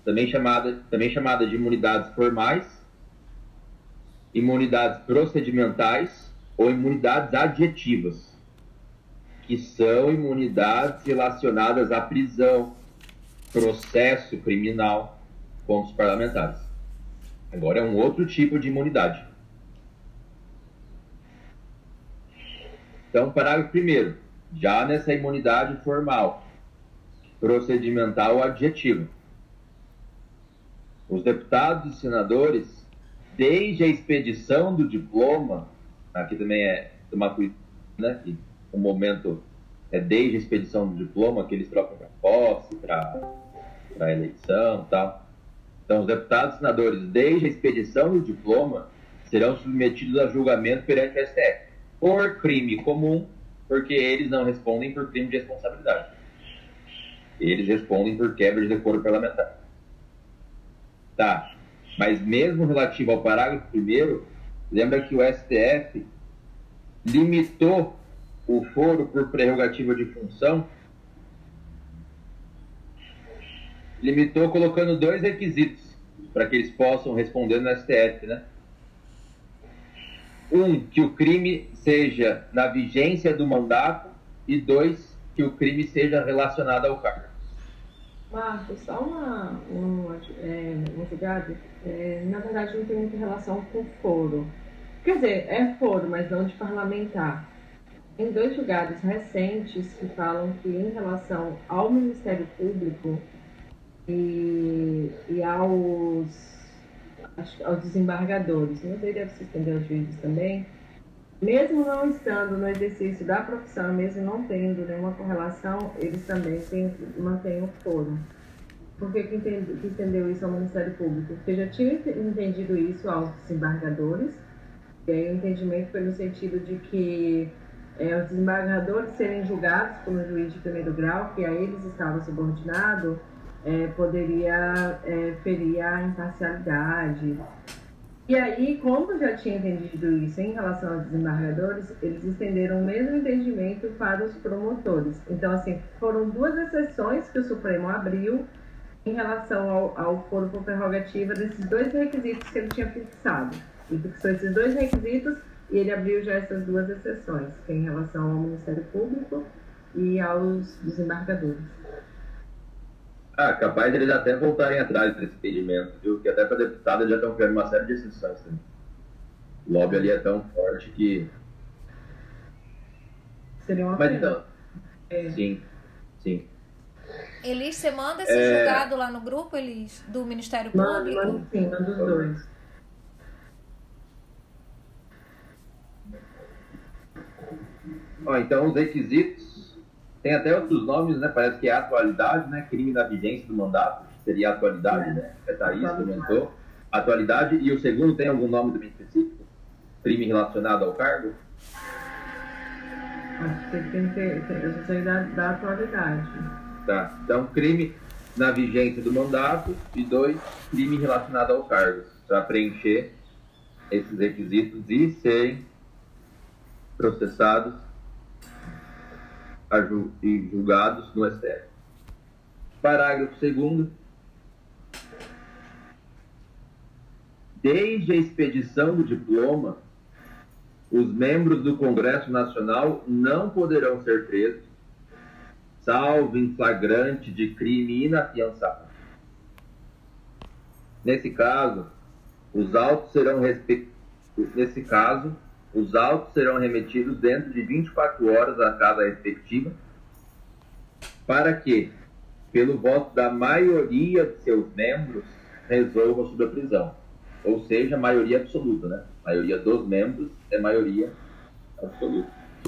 também chamada de imunidades formais, imunidades procedimentais ou imunidades adjetivas, que são imunidades relacionadas à prisão, processo criminal contra os parlamentares. Agora é um outro tipo de imunidade. Então, parágrafo 1º. Já nessa imunidade formal, procedimental ou adjetiva, os deputados e senadores, desde a expedição do diploma, aqui também é tomar cuidado, né, que o momento é desde a expedição do diploma, que eles trocam para posse, para eleição e tal. Então, os deputados e senadores, desde a expedição do diploma, serão submetidos a julgamento perante a STF, por crime comum, porque eles não respondem por crime de responsabilidade. Eles respondem por quebra de decoro parlamentar. Tá, mas mesmo relativo ao parágrafo 1º, lembra que o STF limitou o foro por prerrogativa de função, limitou colocando 2 requisitos para que eles possam responder no STF, né? Que o crime seja na vigência do mandato, e 2, que o crime seja relacionado ao cargo. Marcos, só um julgado, na verdade não tem muita relação com foro. Quer dizer, é foro, mas não de parlamentar. Tem 2 julgados recentes que falam que, em relação ao Ministério Público e aos desembargadores, não sei, deve se estender aos juízes também, mesmo não estando no exercício da profissão, mesmo não tendo nenhuma correlação, eles também mantêm o foro. Por que entendeu isso ao Ministério Público? Porque já tinha entendido isso aos desembargadores, e aí o entendimento foi no sentido de que os desembargadores serem julgados por um juiz de primeiro grau, que a eles estava subordinado, poderia ferir a imparcialidade. E aí, como já tinha entendido isso em relação aos desembargadores, eles estenderam o mesmo entendimento para os promotores. Então, assim, foram 2 exceções que o Supremo abriu em relação ao foro por prerrogativa desses 2 requisitos que ele tinha fixado. Ele fixou esses 2 requisitos e ele abriu já essas 2 exceções, que é em relação ao Ministério Público e aos desembargadores. Capaz de eles até voltarem atrás desse impedimento, viu? Que até para deputado eles já estão criando uma série de exceções também. O lobby ali é tão forte que... Seria uma Mas pena. então... Sim. Elis, você manda esse julgado lá no grupo, Elis, do Ministério Público? Manda sim, manda os 2. Então, os requisitos... Tem até outros nomes, né? Parece que é atualidade, né? Crime da vigência do mandato, seria atualidade, né? A Thaís comentou. Atualidade, e o segundo tem algum nome também específico? Crime relacionado ao cargo? Acho que tem que ter da atualidade. Tá, então crime na vigência do mandato e 2, crime relacionado ao cargo, para preencher esses requisitos e serem processados e julgados no STF. Parágrafo 2º. Desde a expedição do diploma, os membros do Congresso Nacional não poderão ser presos, salvo em flagrante de crime inafiançável. Nesse caso, os autos serão remetidos dentro de 24 horas à casa respectiva, para que, pelo voto da maioria de seus membros, resolva sobre a prisão. Ou seja, maioria absoluta, né? A maioria dos membros é maioria absoluta.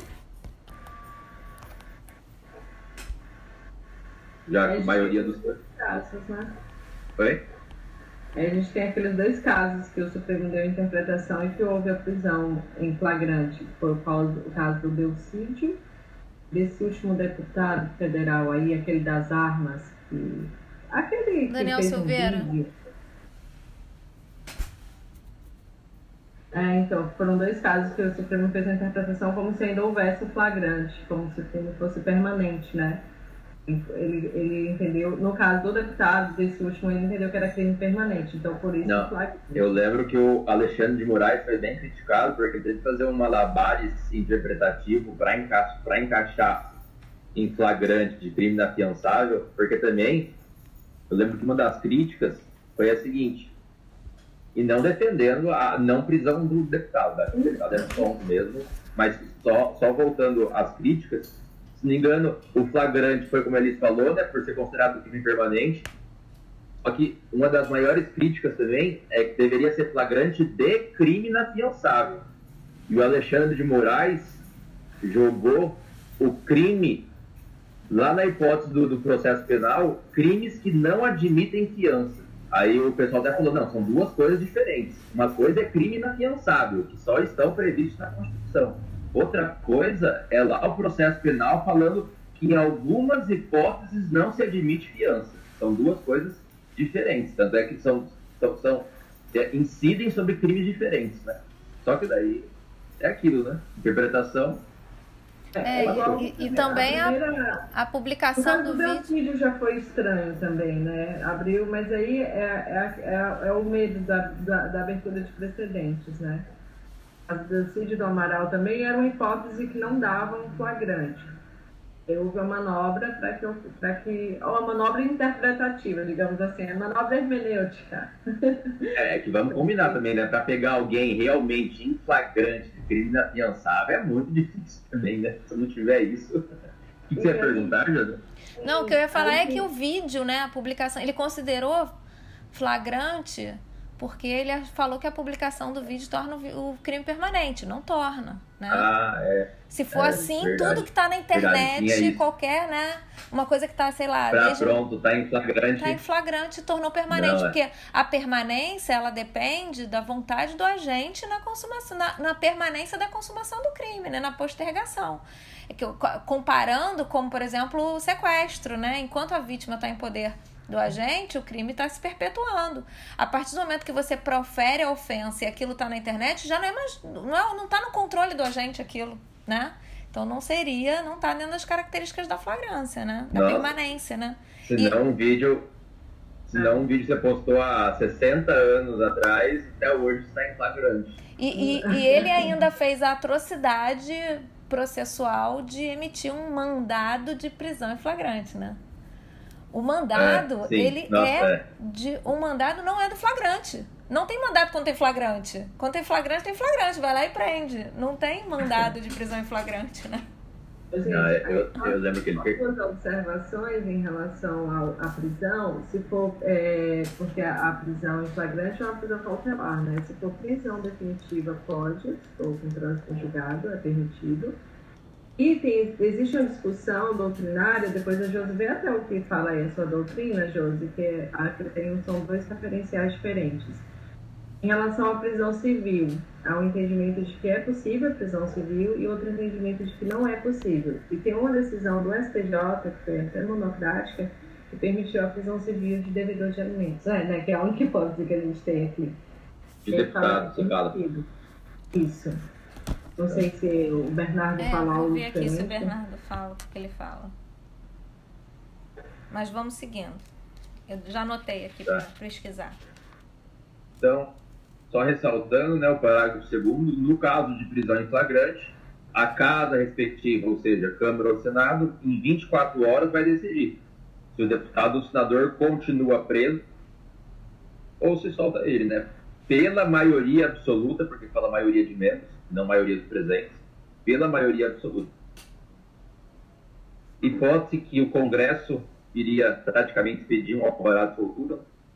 Já que a maioria dos... casos, né? Oi? A gente tem aqueles 2 casos que o Supremo deu a interpretação e que houve a prisão em flagrante. Foi o caso do Belcídio, desse último deputado federal aí, aquele das armas, aquele que Daniel fez Silveira. um vídeo. Então, foram 2 casos que o Supremo fez a interpretação como se ainda houvesse o flagrante, como se o crime fosse permanente, né? Ele entendeu, no caso do deputado, desse último, ele entendeu que era crime permanente, então por isso... Não, eu lembro que o Alexandre de Moraes foi bem criticado porque ele teve que fazer um malabares interpretativo para encaixar em flagrante de crime inafiançável, porque também, eu lembro que uma das críticas foi a seguinte, e não defendendo a não prisão do deputado, né? O deputado é ponto mesmo, mas só voltando às críticas, se não me engano, o flagrante foi como ele falou, né, por ser considerado crime permanente. Só que uma das maiores críticas também é que deveria ser flagrante de crime inafiançável. E o Alexandre de Moraes jogou o crime, lá na hipótese do processo penal, crimes que não admitem fiança. Aí o pessoal até falou, não, são duas coisas diferentes. Uma coisa é crime inafiançável, que só estão previstos na Constituição. Outra coisa é lá o processo penal falando que em algumas hipóteses não se admite fiança. São duas coisas diferentes. Tanto é que incidem sobre crimes diferentes, né? Só que daí é aquilo, né? Interpretação. E também a publicação do vídeo já foi estranho também, né? Abriu, mas aí é o medo da abertura de precedentes, né? A do Cid do Amaral também era uma hipótese que não dava um flagrante. Houve uma manobra uma manobra interpretativa, digamos assim, a manobra hermenêutica. Que vamos combinar também, né? Para pegar alguém realmente em flagrante de crime inafiançável é muito difícil também, né? Se não tiver isso. O que você ia perguntar, Jada? Não, o que eu ia falar é que o vídeo, né, a publicação, ele considerou flagrante porque ele falou que a publicação do vídeo torna o crime permanente, não torna, né? Se for assim, verdade, tudo que tá na internet, qualquer, né, uma coisa que tá, sei lá... Pronto, tá em flagrante. Tá em flagrante, tornou permanente, porque a permanência, ela depende da vontade do agente na consumação, na permanência da consumação do crime, né, na postergação. Comparando como, por exemplo, o sequestro, né? Enquanto a vítima está em poder do agente, o crime está se perpetuando. A partir do momento que você profere a ofensa e aquilo está na internet, já não é mais, não está no controle do agente aquilo, né? Então não está dentro das características da flagrância, né? Da permanência, né? Senão um vídeo você postou há 60 anos atrás, até hoje está em flagrante. E ele ainda fez a atrocidade processual de emitir um mandado de prisão em flagrante, né? O mandado, o mandado não é do flagrante. Não tem mandado quando tem flagrante. Quando tem flagrante, vai lá e prende. Não tem mandado de prisão em flagrante, né? Gente, eu lembro que ele fez observações em relação à prisão, se for, porque a prisão em flagrante é uma prisão cautelar, né? Se for prisão definitiva, pode, se for com trânsito julgado, é permitido. E existe uma discussão doutrinária, depois a Josi vê até o que fala aí a sua doutrina, Josi, que são dois referenciais diferentes. Em relação à prisão civil, há um entendimento de que é possível a prisão civil e outro entendimento de que não é possível. E tem uma decisão do STJ, que foi até monocrática, que permitiu a prisão civil de devedor de alimentos, né, que é a única hipótese que a gente tem aqui. De deputado, você fala. Isso. Não sei se o Bernardo fala algo diferente. Vou ver aqui se o Bernardo fala o que ele fala. Mas vamos seguindo. Eu já anotei aqui para pesquisar. Então, só ressaltando, né, o parágrafo 2º, no caso de prisão em flagrante, a casa respectiva, ou seja, a Câmara ou Senado, em 24 horas vai decidir se o deputado ou senador continua preso ou se solta ele, né? Pela maioria absoluta, porque fala maioria de membros, não maioria dos presentes, pela maioria absoluta. Hipótese que o Congresso iria praticamente pedir um alvará de soltura.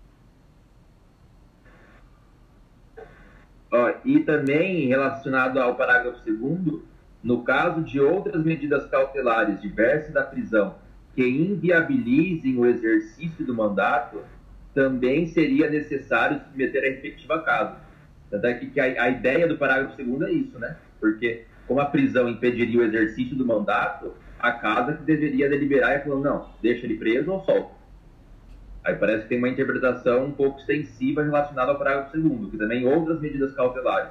E também relacionado ao parágrafo 2º, no caso de outras medidas cautelares diversas da prisão que inviabilizem o exercício do mandato, também seria necessário submeter a respectiva casa. Tanto é que a ideia do parágrafo 2º é isso, né? Porque como a prisão impediria o exercício do mandato, a casa que deveria deliberar e falar, não, deixa ele preso ou solta. Aí parece que tem uma interpretação um pouco extensiva relacionada ao parágrafo 2º, que também outras medidas cautelares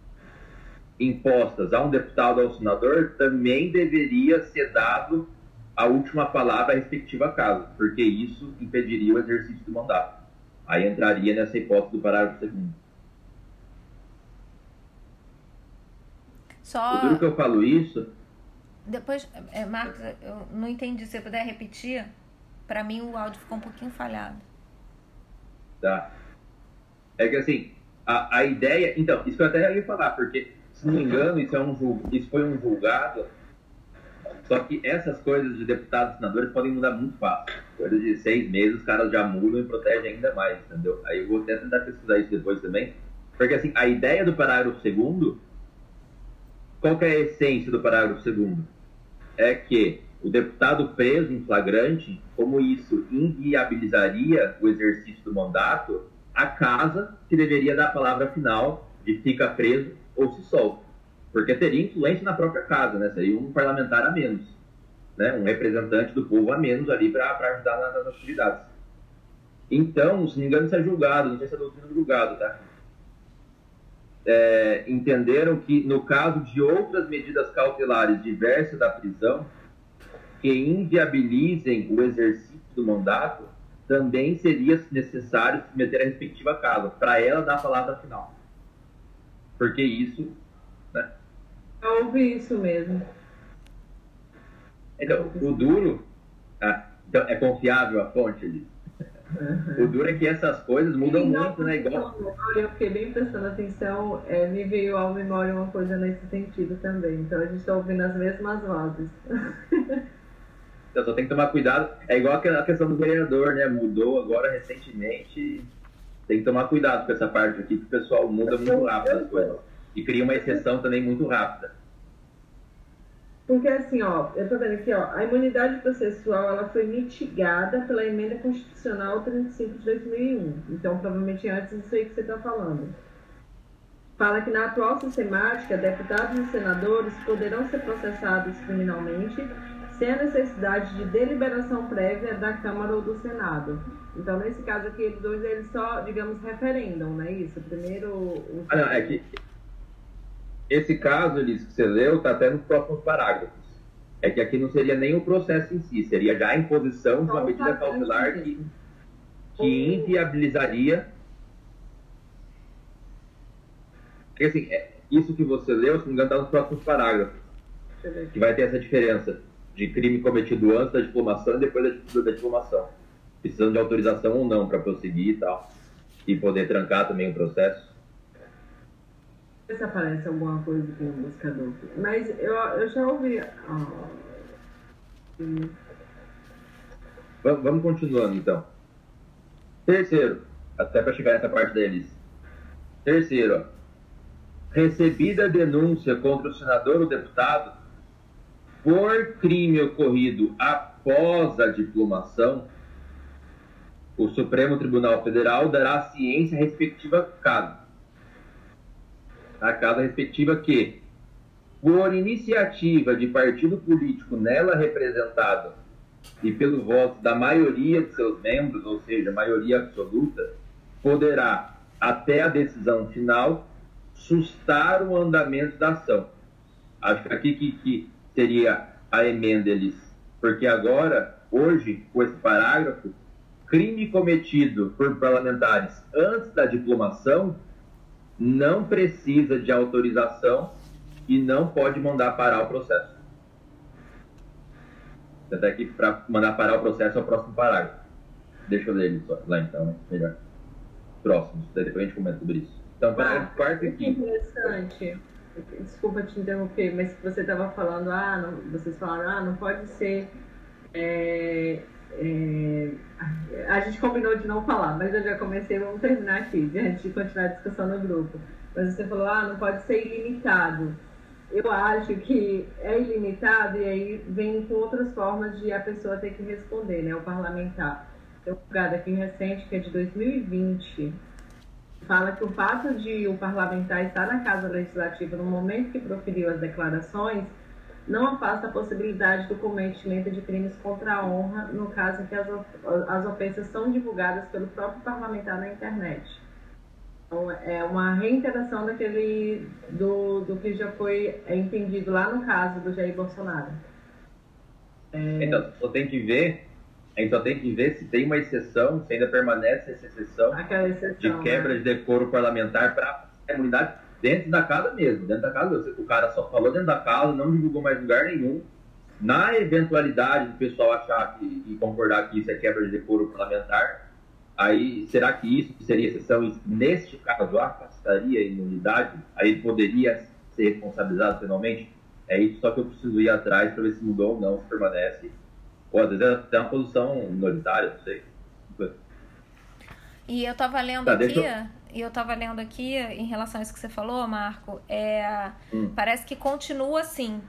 impostas a um deputado ou ao senador também deveria ser dado a última palavra à respectiva casa, porque isso impediria o exercício do mandato. Aí entraria nessa hipótese do parágrafo 2º. Só... Tudo que eu falo isso... Depois, Marcos, eu não entendi. Se você puder repetir, para mim o áudio ficou um pouquinho falhado. Tá. É que assim, a ideia... Então, isso que eu até ia falar, porque, se não me engano, isso foi um julgado, só que essas coisas de deputados e senadores podem mudar muito fácil. Coisa de 6 meses, os caras já mudam e protegem ainda mais, entendeu? Aí eu vou até tentar pesquisar isso depois também, porque assim, a ideia do parágrafo 2º, qual que é a essência do parágrafo 2º? É que o deputado preso em flagrante, como isso inviabilizaria o exercício do mandato, a casa que deveria dar a palavra final de fica preso ou se solta. Porque teria influência na própria casa, né? Seria um parlamentar a menos, né? Um representante do povo a menos ali para ajudar nas atividades. Então, se não me engano, isso é julgado, não sei se é doutrina do julgado, tá? Entenderam que, no caso de outras medidas cautelares diversas da prisão, que inviabilizem o exercício do mandato, também seria necessário submeter a respectiva casa, para ela dar a palavra final. Porque isso, né? Eu ouvi isso mesmo. Então, o duro... então, é confiável a fonte ali? O duro é que essas coisas mudam muito, né? Igual... Eu fiquei bem prestando atenção, me veio à memória uma coisa nesse sentido também. Então a gente está ouvindo as mesmas vozes. Então só tem que tomar cuidado. É igual a questão do vereador, né? Mudou agora recentemente. Tem que tomar cuidado com essa parte aqui, que o pessoal muda muito rápido as coisas. E cria uma exceção também muito rápida. Porque assim, ó, eu tô vendo aqui, ó, a imunidade processual, ela foi mitigada pela emenda constitucional 35 de 2001. Então, provavelmente antes disso aí que você tá falando. Fala que na atual sistemática, deputados e senadores poderão ser processados criminalmente sem a necessidade de deliberação prévia da Câmara ou do Senado. Então, nesse caso aqui, eles dois, eles só, digamos, referendam, não é isso? Primeiro... não, é que... Esse caso, Elis, que você leu, está até nos próximos parágrafos. É que aqui não seria nem o processo em si, seria já a imposição de uma medida cautelar que inviabilizaria... Porque, assim, isso que você leu, se não me engano, está nos próximos parágrafos. Que vai ter essa diferença de crime cometido antes da diplomação e depois da diplomação. Precisando de autorização ou não para prosseguir e tal. E poder trancar também o processo. Se aparece alguma coisa aqui no buscador. Mas eu já ouvi... Vamos continuando, então. Terceiro, até para chegar nessa parte deles. Terceiro, ó. Recebida denúncia contra o senador ou deputado por crime ocorrido após a diplomação, o Supremo Tribunal Federal dará ciência à respectiva casa. A casa respectiva que, por iniciativa de partido político nela representado e pelo voto da maioria de seus membros, ou seja, maioria absoluta, poderá, até a decisão final, sustar o andamento da ação. Acho que aqui que seria a emenda deles, porque agora, hoje, com esse parágrafo, crime cometido por parlamentares antes da diplomação não precisa de autorização e não pode mandar parar o processo. Até aqui, para mandar parar o processo é o próximo parágrafo. Deixa eu ler ele lá então, né? Melhor. Próximo, depois a gente comenta sobre isso. Então, parágrafo quarto aqui. Interessante. Desculpa te interromper, mas você estava falando, vocês falaram, não pode ser... a gente combinou de não falar, mas eu já comecei, vamos terminar aqui, antes de continuar a discussão no grupo. Mas você falou, não pode ser ilimitado. Eu acho que é ilimitado e aí vem com outras formas de a pessoa ter que responder, né? O parlamentar. Tem um julgado aqui recente, que é de 2020, fala que o fato de o parlamentar estar na Casa Legislativa no momento que proferiu as declarações não afasta a possibilidade do cometimento de crimes contra a honra, no caso em que as ofensas são divulgadas pelo próprio parlamentar na internet. Então, é uma reiteração do que já foi entendido lá no caso do Jair Bolsonaro. Então, só tem que ver, a gente só tem que ver se tem uma exceção, se ainda permanece essa exceção, de quebra de decoro parlamentar para a imunidade dentro da casa mesmo. Dentro da casa, o cara só falou dentro da casa, não divulgou mais lugar nenhum. Na eventualidade do pessoal achar e concordar que isso é quebra de decoro parlamentar, aí será que isso seria exceção? E neste caso, afastaria a imunidade? Aí ele poderia ser responsabilizado penalmente? É isso, só que eu preciso ir atrás para ver se mudou ou não, se permanece. Ou às vezes é até uma posição minoritária, não sei. E eu estava lendo aqui, em relação a isso que você falou, Marco, parece que continua assim.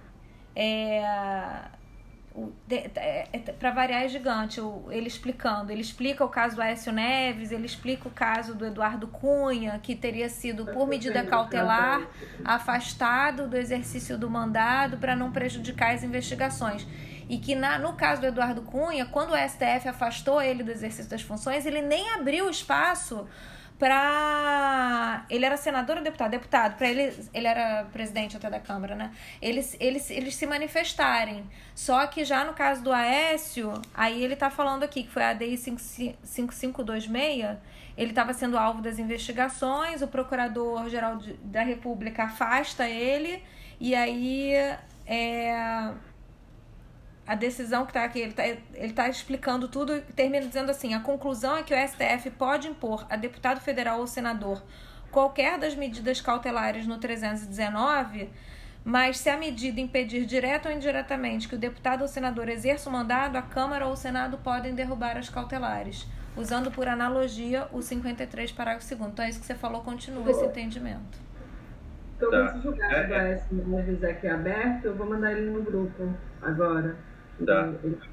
Para variar, é gigante. Ele explica o caso do Aécio Neves, ele explica o caso do Eduardo Cunha, que teria sido, por medida cautelar, afastado do exercício do mandado para não prejudicar as investigações. E que no caso do Eduardo Cunha, quando o STF afastou ele do exercício das funções, ele nem abriu espaço para... Ele era senador ou deputado? Deputado. Para ele era presidente até da Câmara, né? Eles se manifestarem. Só que já no caso do Aécio, aí ele tá falando aqui, que foi a ADI 5526, ele estava sendo alvo das investigações, o Procurador-Geral da República afasta ele, e aí... A decisão que está aqui, ele tá explicando tudo e termina dizendo assim: a conclusão é que o STF pode impor a deputado federal ou senador qualquer das medidas cautelares no 319, mas se a medida impedir direta ou indiretamente que o deputado ou senador exerça o mandado, a Câmara ou o Senado podem derrubar as cautelares, usando por analogia o 53, parágrafo 2º. Então é isso que você falou, continua esse entendimento. Então, esse julgado do Aécio Neves aqui aberto, eu vou mandar ele no grupo agora. Tá.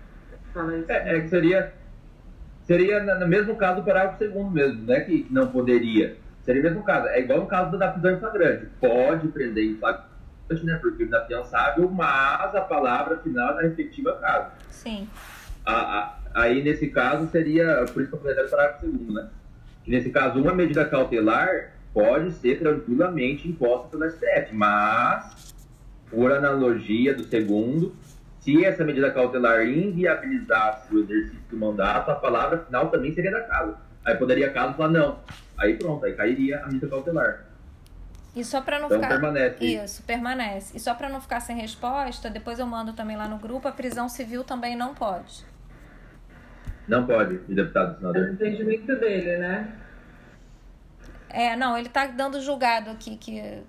Que seria no mesmo caso do parágrafo 2º mesmo, não é que não poderia. Seria o mesmo caso. É igual no caso da prisão em flagrante. Pode prender em flagrante, né, por crime inafiançável, mas a palavra final da respectiva casa. Sim. Aí, nesse caso, seria, por isso que eu falei o parágrafo 2º, né? Que nesse caso, uma medida cautelar pode ser tranquilamente imposta pelo STF, mas, por analogia do segundo, se essa medida cautelar inviabilizasse o exercício do mandato, a palavra final também seria da casa. Aí poderia a casa falar não. Aí pronto, aí cairia a medida cautelar. E só para não ficar... permanece. Isso, permanece. E só para não ficar sem resposta, depois eu mando também lá no grupo, a prisão civil também não pode. Não pode, de deputado senador. É o entendimento dele, né? Não, ele tá dando julgado aqui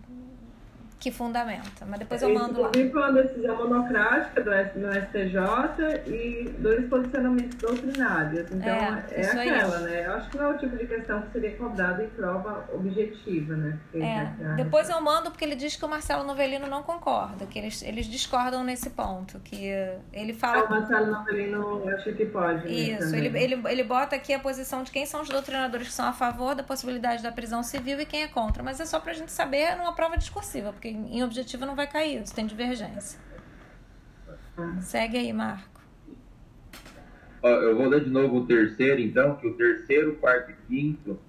que fundamenta, mas depois eu mando lá. Inclusive foi uma decisão monocrática do STJ e 2 posicionamentos doutrinários. Então, é aquela, né? Eu acho que não é o tipo de questão que seria cobrada em prova objetiva, né? Depois eu mando, porque ele diz que o Marcelo Novellino não concorda, que eles discordam nesse ponto, que ele fala... O Marcelo Novellino, eu acho que pode. Isso, ele bota aqui a posição de quem são os doutrinadores que são a favor da possibilidade da prisão civil e quem é contra, mas é só pra gente saber numa prova discursiva, porque em objetivo não vai cair, isso tem divergência. Segue aí, Marco. Eu vou ler de novo o terceiro, então, que o terceiro, quarto e quinto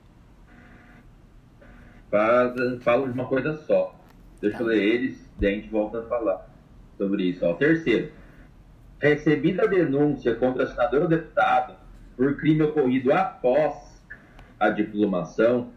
falam de uma coisa só. Deixa eu ler eles, daí a gente volta a falar sobre isso. O terceiro. Recebida a denúncia contra senador ou deputado por crime ocorrido após a diplomação,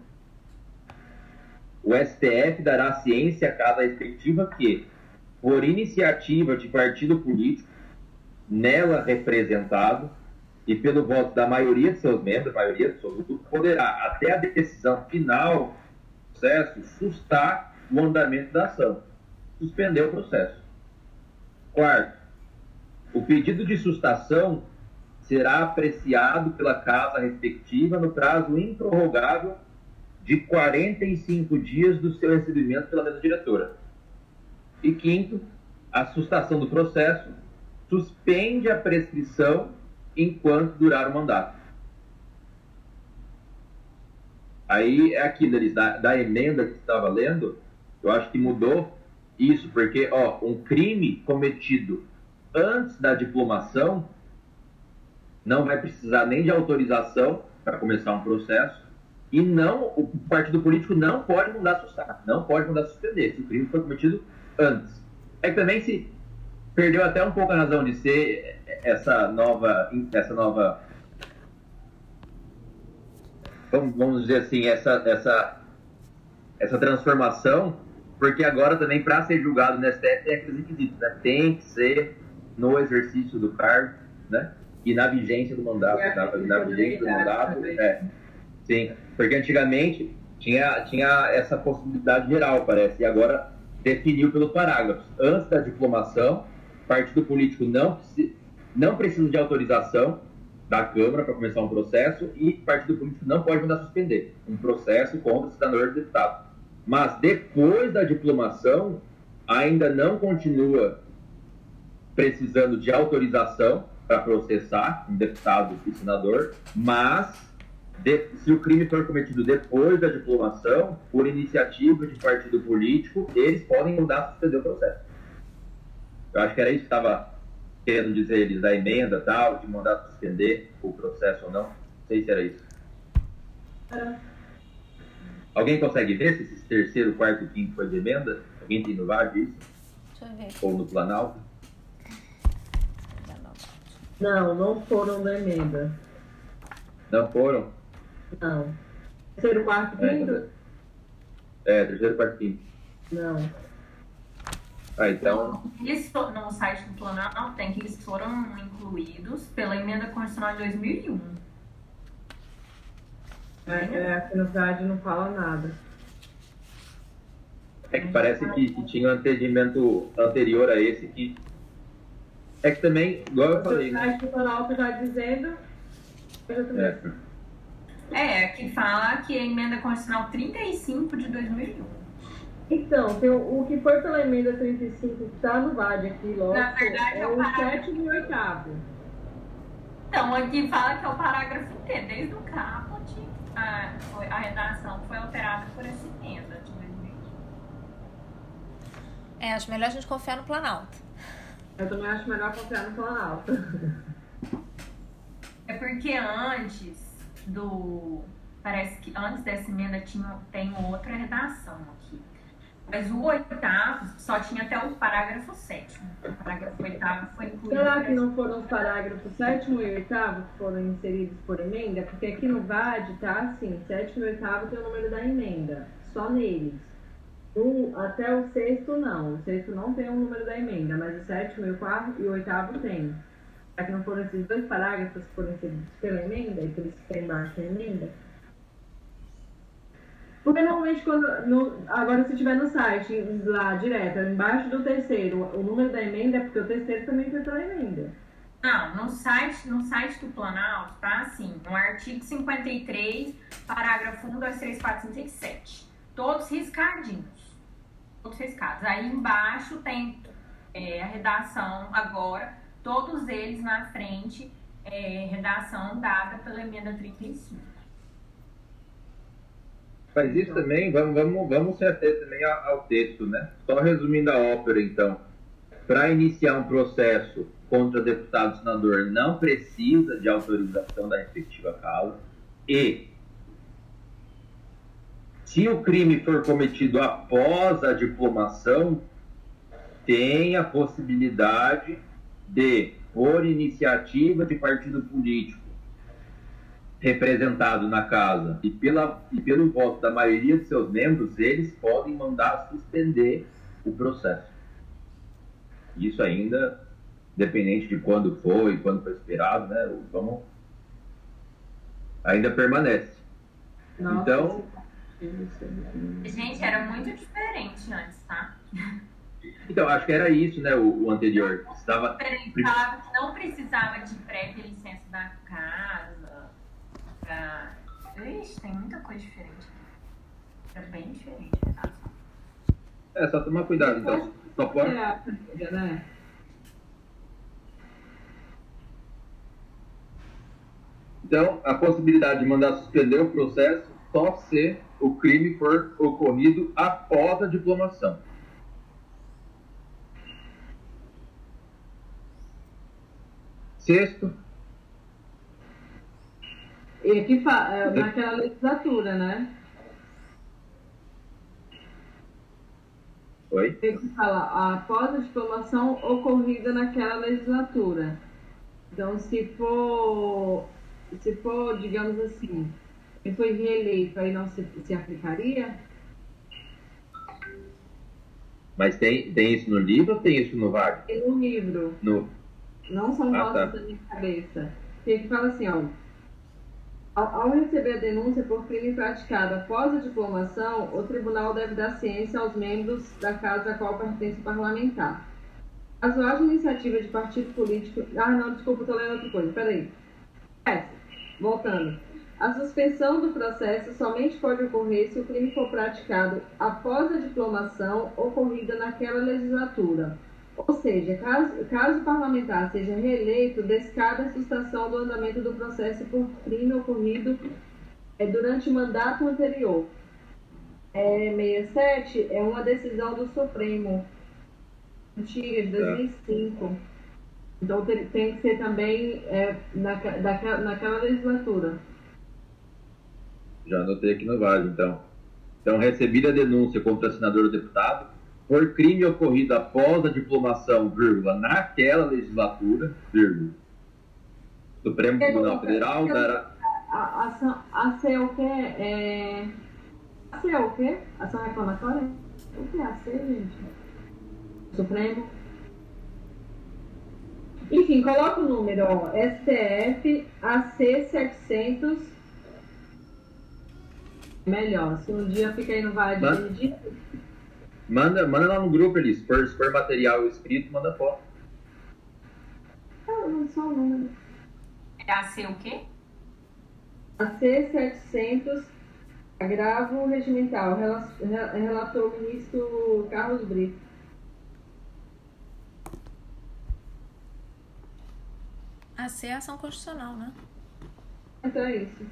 o STF dará ciência à casa respectiva que, por iniciativa de partido político nela representado e pelo voto da maioria de seus membros, maioria absoluta, poderá, até a decisão final do processo, sustar o andamento da ação, suspender o processo. Quarto, o pedido de sustação será apreciado pela casa respectiva no prazo improrrogável de 45 dias do seu recebimento pela mesa diretora. E quinto, a sustação do processo suspende a prescrição enquanto durar o mandato. Aí é aquilo da emenda que você estava lendo, eu acho que mudou isso, porque um crime cometido antes da diplomação não vai precisar nem de autorização para começar um processo. E o partido político não pode mudar sustar, não pode mudar suspender, se o crime foi cometido antes. É que também perdeu até um pouco a razão de ser essa nova vamos dizer assim, essa transformação, porque agora também, para ser julgado no STF, tem aqueles requisitos, né? Tem que ser no exercício do cargo, né? E na vigência do mandato. Na vigência do mandato, sim. Porque antigamente tinha essa possibilidade geral, parece, e agora definiu pelos parágrafos. Antes da diplomação, partido político não precisa de autorização da Câmara para começar um processo e partido político não pode mandar suspender um processo contra o senador ou deputado. Mas depois da diplomação, ainda não continua precisando de autorização para processar um deputado e senador, mas se o crime for cometido depois da diplomação, por iniciativa de partido político, eles podem mandar suspender o processo. Eu acho que era isso que estava querendo dizer eles, da emenda tal, de mandar suspender o processo ou não. Não sei se era isso. Alguém consegue ver se esse terceiro, quarto e quinto foi de emenda? Alguém tem no VAD isso? Deixa eu ver. Ou no Planalto? Não foram da emenda. Não foram? Não. Terceiro, quarto, quinto? Terceiro, quarto, quinto. Não. Então... No site do Planalto tem que eles foram incluídos pela emenda constitucional de 2001. Aqui no VAD não fala nada. É que parece que tinha um entendimento anterior a esse que... É que também, igual eu falei... O site do Planalto está dizendo... Que fala que a emenda constitucional 35 de 2001. Então, o que foi pela emenda 35 que está no VAD aqui, logo, na verdade, é o 7º e 8º. Então, aqui fala que é o parágrafo inteiro, desde o caput, a redação foi alterada por essa emenda de 2001. Acho melhor a gente confiar no Planalto. Eu também acho melhor confiar no Planalto. É porque parece que antes dessa emenda tem outra redação aqui. Mas o 8º só tinha até o parágrafo 7º. O parágrafo 8º foi incluído. Será que não foram os parágrafos 7º e 8º que foram inseridos por emenda? Porque aqui no VAD tá assim, 7º e 8º tem o número da emenda, só neles. Até o 6º não. O 6º não tem o número da emenda, mas o 7º e o 8º tem. Será que não foram esses dois parágrafos que foram inseridos pela emenda e por isso que tem embaixo a emenda? Porque normalmente agora se tiver no site, lá direto, embaixo do terceiro, o número da emenda é porque o terceiro também foi pela emenda. Não, no site do Planalto tá assim, no artigo 53, parágrafo 1, 2, 3, 4, 5, 6, 7. Todos riscadinhos. Todos riscados. Aí embaixo tem a redação agora, todos eles na frente, redação dada pela emenda 35. Mas isso também, vamos se ater também ao texto, né? Só resumindo a ópera, então. Para iniciar um processo contra deputado e senador, não precisa de autorização da respectiva causa. E, se o crime for cometido após a diplomação, tem a possibilidade de, por iniciativa de partido político, representado na casa e pelo voto da maioria de seus membros, eles podem mandar suspender o processo. Isso ainda, dependente de quando foi esperado, né? Ainda permanece. Nossa, então... Gente, era muito diferente antes, tá? Então, acho que era isso, né? O anterior. Falava que não precisava de prévia licença da casa. Ixi, tem muita coisa diferente aqui. É bem diferente a redação. Só tomar cuidado, então. Só pode... né? Então, a possibilidade de mandar suspender o processo só se o crime for ocorrido após a diplomação. Sexto. E aqui naquela legislatura, né? Oi? Tem que falar, após a diplomação ocorrida naquela legislatura. Então, se for, digamos assim, ele foi reeleito, aí não se aplicaria? Mas tem isso no livro ou tem isso no VAG? Tem no livro. Não são vozes da minha cabeça. Tem que falar assim, ó. Ao receber a denúncia por crime praticado após a diplomação, o tribunal deve dar ciência aos membros da casa a qual pertence o parlamentar. Caso haja iniciativa de partido político... Ah, não, desculpa, estou lendo outra coisa. Peraí. Voltando. A suspensão do processo somente pode ocorrer se o crime for praticado após a diplomação ocorrida naquela legislatura. Ou seja, caso o parlamentar seja reeleito, descabe a suspensão do andamento do processo por crime ocorrido durante o mandato anterior. 67 é uma decisão do Supremo, antiga, de 2005. Então tem que ser também naquela legislatura. Já anotei aqui no VAG, então. Então, recebida a denúncia contra senador ou deputado por crime ocorrido após a diplomação, vírgula, naquela legislatura, vírgula. Supremo Tribunal Federal dará... AC é o quê? AC é o quê? Ação reclamatória? O que é AC, gente? Supremo? Enfim, coloca o número, ó, STF AC 700. Melhor, se um dia fica aí no VAD. Manda lá no grupo ali, se for material escrito, manda foto. Não, só o número. É AC o quê? AC 700, agravo regimental, relatou o ministro Carlos Brito. AC é ação constitucional, né? Então é isso.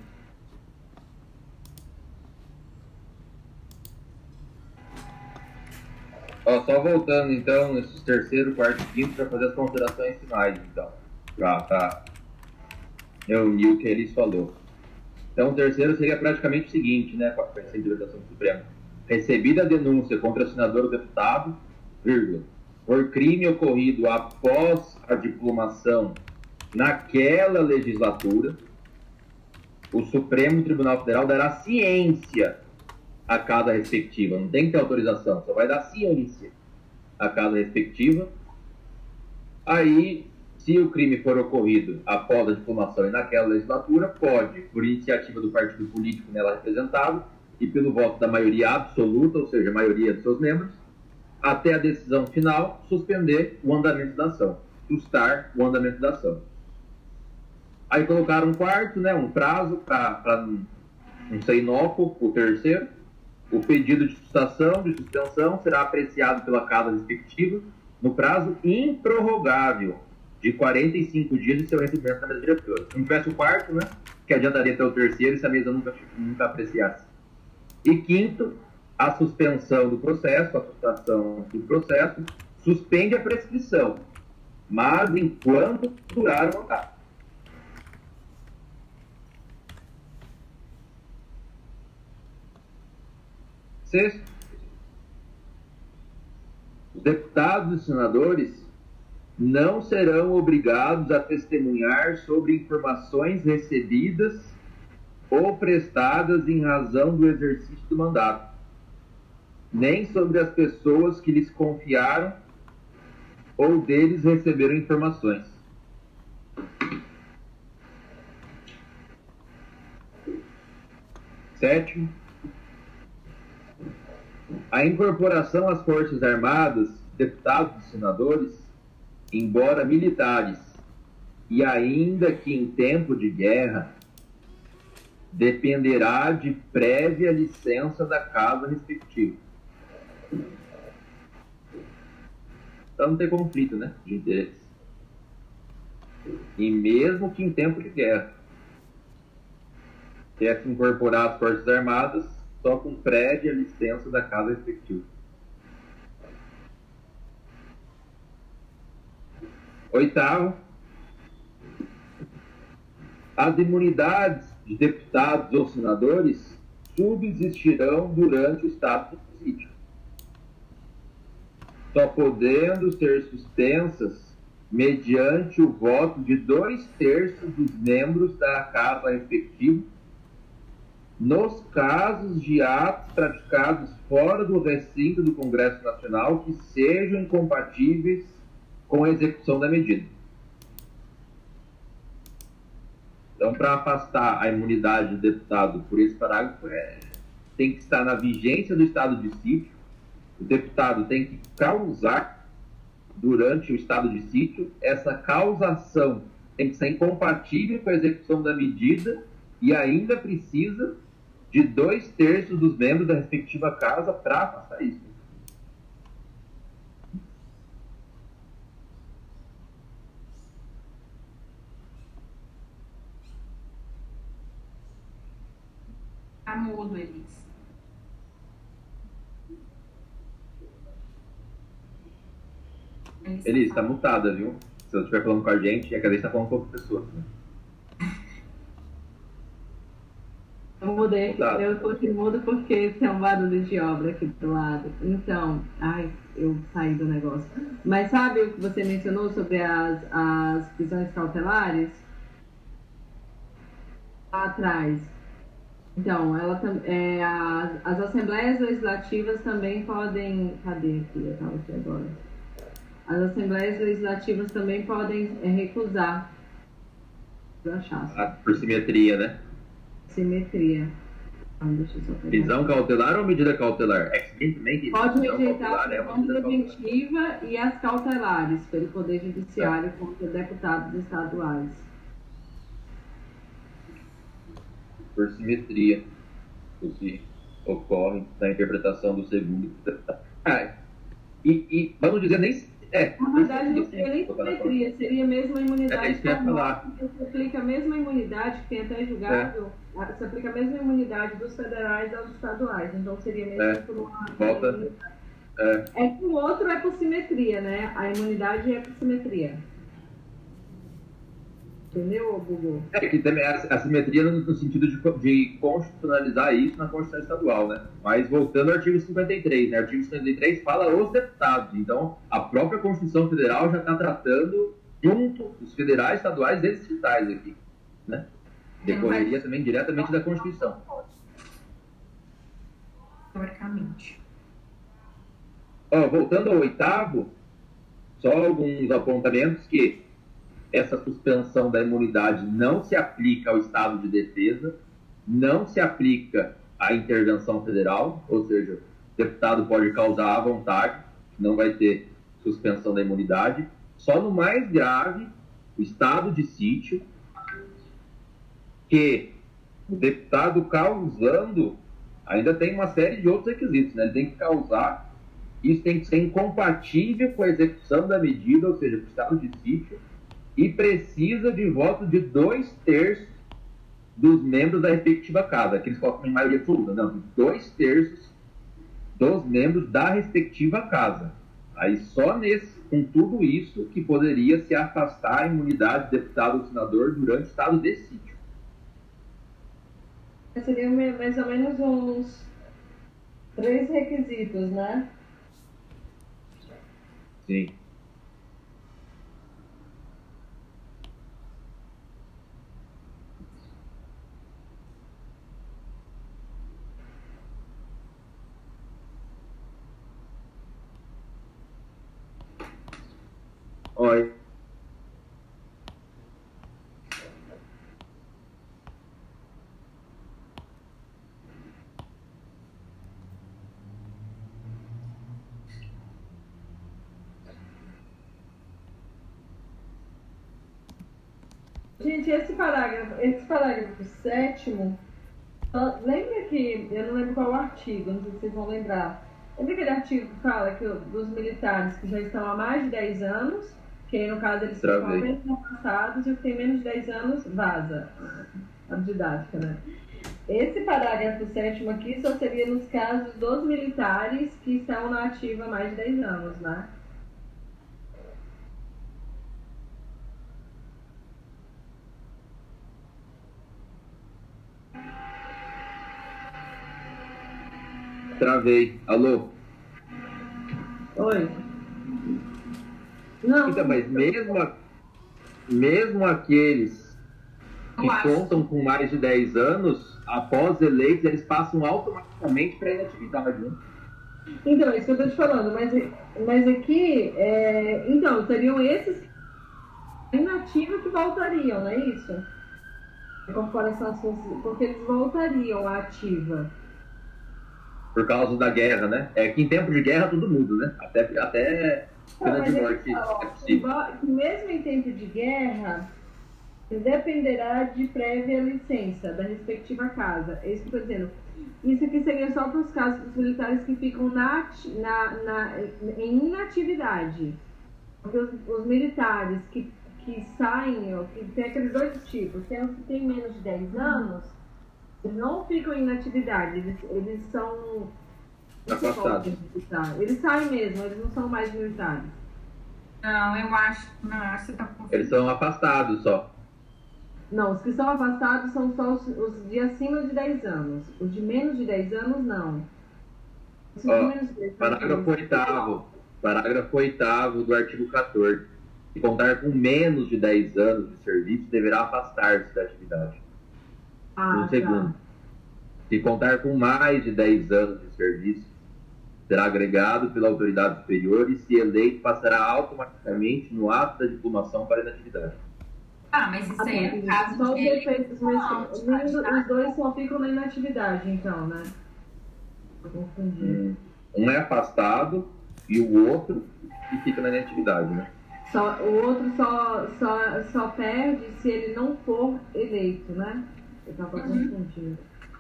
Só voltando então, nesses terceiro, quarto e quinto, para fazer as considerações finais, então. Para reunir o que eles falou. Então, o terceiro seria praticamente o seguinte, né, com a interpretação do Supremo. Recebida a denúncia contra o senador ou deputado, vírgula, por crime ocorrido após a diplomação naquela legislatura, o Supremo Tribunal Federal dará ciência a casa respectiva. Não tem que ter autorização, só vai dar ciência a casa respectiva. Aí, se o crime for ocorrido após a diplomação e naquela legislatura, pode, por iniciativa do partido político nela representado e pelo voto da maioria absoluta, ou seja, a maioria dos seus membros, até a decisão final, suspender o andamento da ação, sustar o andamento da ação. Aí colocaram um quarto, né, um prazo para não ser inócuo, o terceiro. O pedido de suspensão será apreciado pela casa respectiva no prazo improrrogável de 45 dias de seu recebimento na mesa diretora. Se não tivesse o quarto, né, que adiantaria até o terceiro se a mesa nunca apreciasse. E quinto, a suspensão do processo, a suspensão do processo, suspende a prescrição, mas enquanto durar o mandato. Sexto, os deputados e senadores não serão obrigados a testemunhar sobre informações recebidas ou prestadas em razão do exercício do mandato, nem sobre as pessoas que lhes confiaram ou deles receberam informações. Sétimo, a incorporação às Forças Armadas, deputados e senadores, embora militares, e ainda que em tempo de guerra, dependerá de prévia licença da casa respectiva. Então não tem conflito, né, de interesse. E mesmo que em tempo de guerra, quer se incorporar às Forças Armadas, só com prévia licença da casa respectiva. Oitavo, as imunidades de deputados ou senadores subsistirão durante o estado de sítio. só podendo ser suspensas mediante o voto de 2/3 dos membros da casa respectiva, nos casos de atos praticados fora do recinto do Congresso Nacional que sejam incompatíveis com a execução da medida. Então, para afastar a imunidade do deputado por esse parágrafo, tem que estar na vigência do estado de sítio. O deputado tem que causar, durante o estado de sítio, essa causação tem que ser incompatível com a execução da medida e ainda precisa de 2/3 dos membros da respectiva casa para afastar isso. Tá mudo, Elis. Elis, está mutada, viu? Se eu estiver falando com a gente, é que a gente está falando com outra pessoa. Eu mudei aqui, eu coloquei mudo porque tem um barulho de obra aqui do lado. Então, eu saí do negócio. Mas sabe o que você mencionou sobre as prisões cautelares? Lá atrás. Então, as assembleias legislativas também podem... Cadê aqui? Eu estava aqui agora. As assembleias legislativas também podem recusar. Por simetria, né? Simetria. Deixa eu só pegar. Prisão cautelar ou medida cautelar? Evidentemente, pode rejeitar a prisão preventiva e as cautelares pelo Poder Judiciário contra deputados estaduais. Por simetria, o que ocorre na interpretação do segundo. E vamos dizer, nem. Na verdade, não seria nem simetria, seria mesmo a imunidade. Isso que eu ia falar. Você aplica a mesma imunidade, que tem até julgado, você aplica a mesma imunidade dos federais aos estaduais. Então seria mesmo por uma. Volta. Que o outro é por simetria, né? A imunidade é por simetria. Entendeu, Bubu? Que também a simetria no sentido de constitucionalizar isso na Constituição Estadual, né? Mas voltando ao artigo 53, né? O artigo 53 fala os deputados. Então, a própria Constituição Federal já está tratando junto os federais, estaduais e distritais aqui, né? Decorreria também diretamente da Constituição. Teoricamente. Voltando ao 8º, só alguns apontamentos que essa suspensão da imunidade não se aplica ao estado de defesa, não se aplica à intervenção federal, ou seja, o deputado pode causar à vontade, não vai ter suspensão da imunidade. Só no mais grave, o estado de sítio, que o deputado causando ainda tem uma série de outros requisitos, né? Ele tem que causar, isso tem que ser incompatível com a execução da medida, ou seja, o estado de sítio, e precisa de voto de 2/3 dos membros da respectiva casa. Aqui eles colocam em maioria absoluta. Não, de 2/3 dos membros da respectiva casa. Aí só com tudo isso que poderia se afastar a imunidade do deputado ou senador durante o estado de sítio. Seriam mais ou menos uns 3 requisitos, né? Sim. Oi. Gente, esse parágrafo 7º, lembra que, eu não lembro qual o artigo, não sei se vocês vão lembrar. Lembra aquele artigo que fala que dos militares que já estão há mais de 10 anos, que no caso eles ficam apenas afastados, e o que tem menos de 10 anos vaza. A didática, né? Esse parágrafo 7º aqui só seria nos casos dos militares que estão na ativa há mais de 10 anos, né? Travei. Alô? Oi. Não. Então, mas mesmo aqueles que contam com mais de 10 anos, após eleitos, eles passam automaticamente para a inatividade, né? Então, é isso que eu estou te falando, mas aqui, então, seriam esses inativos que voltariam, não é isso? Em comparação às porque eles voltariam à ativa. Por causa da guerra, né? É que em tempo de guerra todo mundo, né? Até pena de morte é possível. Mesmo em tempo de guerra, dependerá de prévia licença da respectiva casa. É isso que eu estou dizendo. Isso aqui seria só para os casos dos militares que ficam em inatividade. Porque os militares que saem, que tem aqueles dois tipos, tem os que têm menos de 10 anos, eles não ficam em inatividade, eles são afastados. Eles saem mesmo, eles não são mais militares. Não, eu acho que você está confundindo. Eles são afastados só. Não, os que são afastados são só os de acima de 10 anos. Os de menos de 10 anos, não. Parágrafo 8º do artigo 14. Se contar com menos de 10 anos de serviço, deverá afastar-se da atividade. No segundo. Tá. Se contar com mais de 10 anos de serviço, será agregado pela autoridade superior e, se eleito, passará automaticamente no ato da diplomação para a inatividade. Mas isso aí é caso só os efeitos, os dois só ficam na inatividade, então, né? Eu confundi. Um é afastado e o outro que fica na inatividade, né? O outro só perde se ele não for eleito, né? Eu estava confundindo.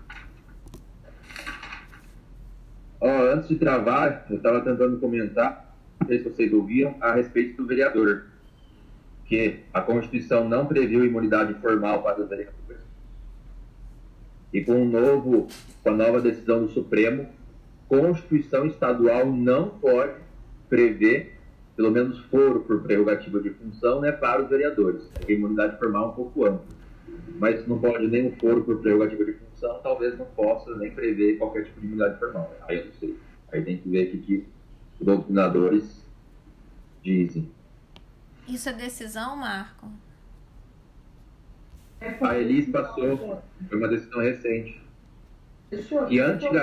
Antes de travar, eu estava tentando comentar, não sei se vocês ouviram, a respeito do vereador, que a Constituição não previu imunidade formal para os vereadores. E com a nova decisão do Supremo, Constituição Estadual não pode prever, pelo menos foro por prerrogativa de função, né, para os vereadores. A imunidade formal é um pouco ampla. Mas não pode nem o foro por prerrogativa de função, talvez não possa nem prever qualquer tipo de imunidade formal. Aí eu não sei. Aí tem que ver o que os doutrinadores dizem. Isso é decisão, Marco? A Elis passou. Foi uma decisão recente. E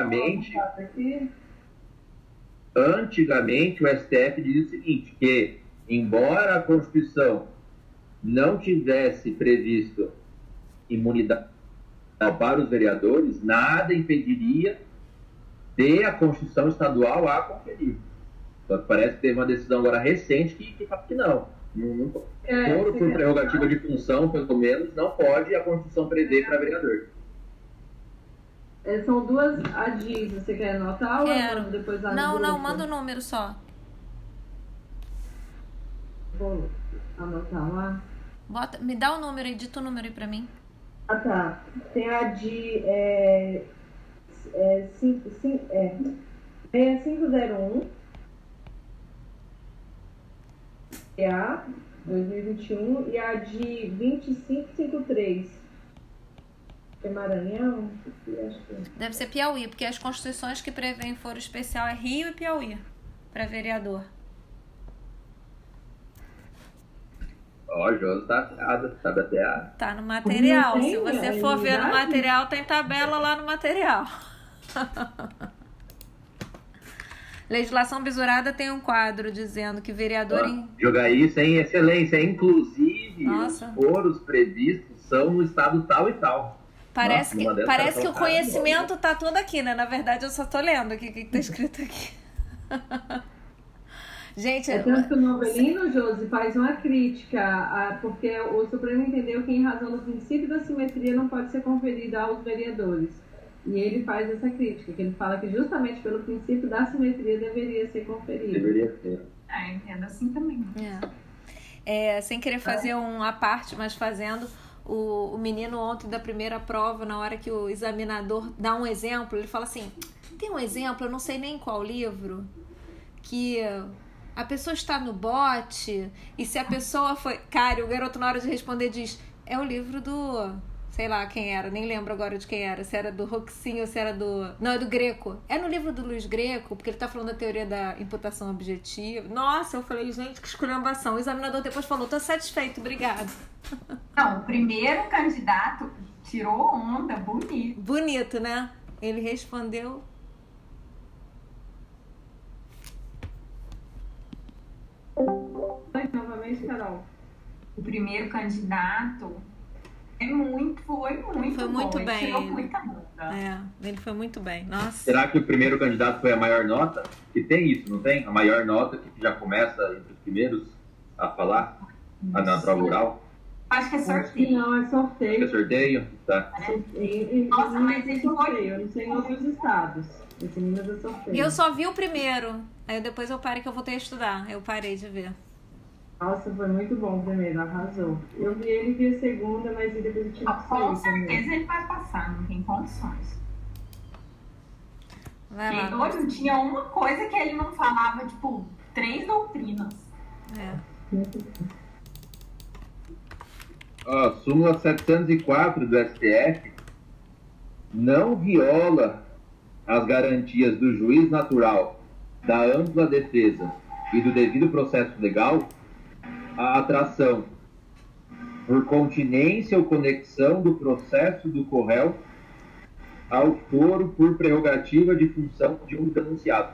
antigamente o STF dizia o seguinte, que embora a Constituição não tivesse previsto imunidade para os vereadores, nada impediria de a Constituição Estadual a conferir. Só que parece que teve uma decisão agora recente que fala que não. Por prerrogativa de função, pelo menos, não pode a Constituição prever para vereador. São duas ADIs. Você quer anotar ou depois Não, manda o número só. Vou anotar lá. Me dá o número aí, dita o número aí pra mim. Tá. Tem a ADI 6501 2021 e a de 2553. É Maranhão? Deve ser Piauí, porque as constituições que prevêem foro especial é Rio e Piauí para vereador. O Josi tá afiado, sabe até a... Tá no material. Se você for ver no material, tem tabela lá no material. Legislação bisurada tem um quadro dizendo que vereador... Jogar isso em excelência. Inclusive, os foros previstos são no estado tal e tal. Parece que o conhecimento tá todo aqui, né? Na verdade, eu só tô lendo aqui o que tá escrito aqui. Gente, tanto que o Novelino, Josi, faz uma crítica, porque o Supremo entendeu que, em razão do princípio da simetria, não pode ser conferida aos vereadores. E ele faz essa crítica, que ele fala que justamente pelo princípio da simetria deveria ser conferido. Deveria ser. Entendo assim também. Sem querer fazer uma parte, mas fazendo... O menino ontem da primeira prova, na hora que o examinador dá um exemplo, ele fala assim, tem um exemplo, eu não sei nem qual livro, que a pessoa está no bote e se a pessoa foi... Cara, o garoto na hora de responder diz, é o livro do sei lá quem era, nem lembro agora de quem era, se era do Roxinho ou se era do... Não, é do Greco. É no livro do Luiz Greco, porque ele tá falando da teoria da imputação objetiva. Nossa, eu falei, gente, que esculhambação. O examinador depois falou, tô satisfeito, obrigado. Não, o primeiro candidato tirou onda, bonito. Bonito, né? Ele respondeu... Novamente, Carol. O primeiro candidato foi muito bom. Bem. Tirou muita onda. Ele foi muito bem. Nossa. Será que o primeiro candidato foi a maior nota? Que tem isso, não tem? A maior nota que já começa entre os primeiros a falar na prova oral? Acho que é sorteio. Não, é sorteio. É sorteio? Tá. Nossa, mas ele sorteio. Eu não sei em outros estados. Esse Minas é sorteio. E eu só vi o primeiro. Aí depois eu parei que eu voltei a estudar. Eu parei de ver. Nossa, foi muito bom o primeiro, arrasou. Eu vi ele vi a segunda, mas depois eu tinha que sair. Com certeza ele vai passar, não tem condições. Hoje tinha uma coisa que ele não falava, tipo, 3 doutrinas. Súmula 704 do STF não viola as garantias do juiz natural, da ampla defesa e do devido processo legal a atração por continência ou conexão do processo do corréu ao foro por prerrogativa de função de um denunciado.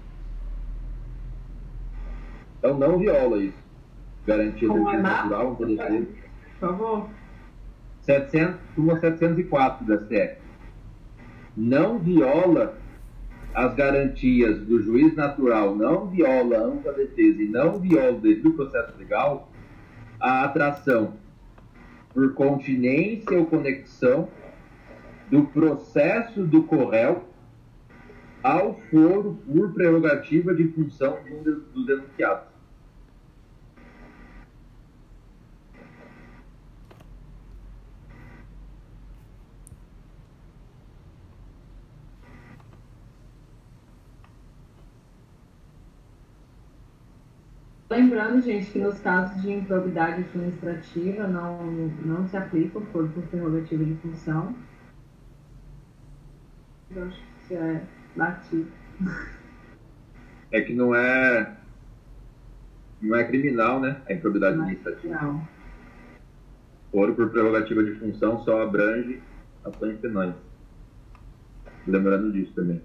Então não viola isso. Garantia do juiz natural, ampla defesa. Por favor. Súmula 704 do STF. Não viola as garantias do juiz natural, não viola a ampla defesa e não viola o devido processo legal a atração por continência ou conexão do processo do corréu ao foro por prerrogativa de função dos denunciados. Lembrando, gente, que nos casos de improbidade administrativa não se aplica o foro por prerrogativa de função. Eu acho que isso é batido. É que não é criminal, né? A improbidade administrativa. Não. Foro por prerrogativa de função só abrange ações penais. Lembrando disso também.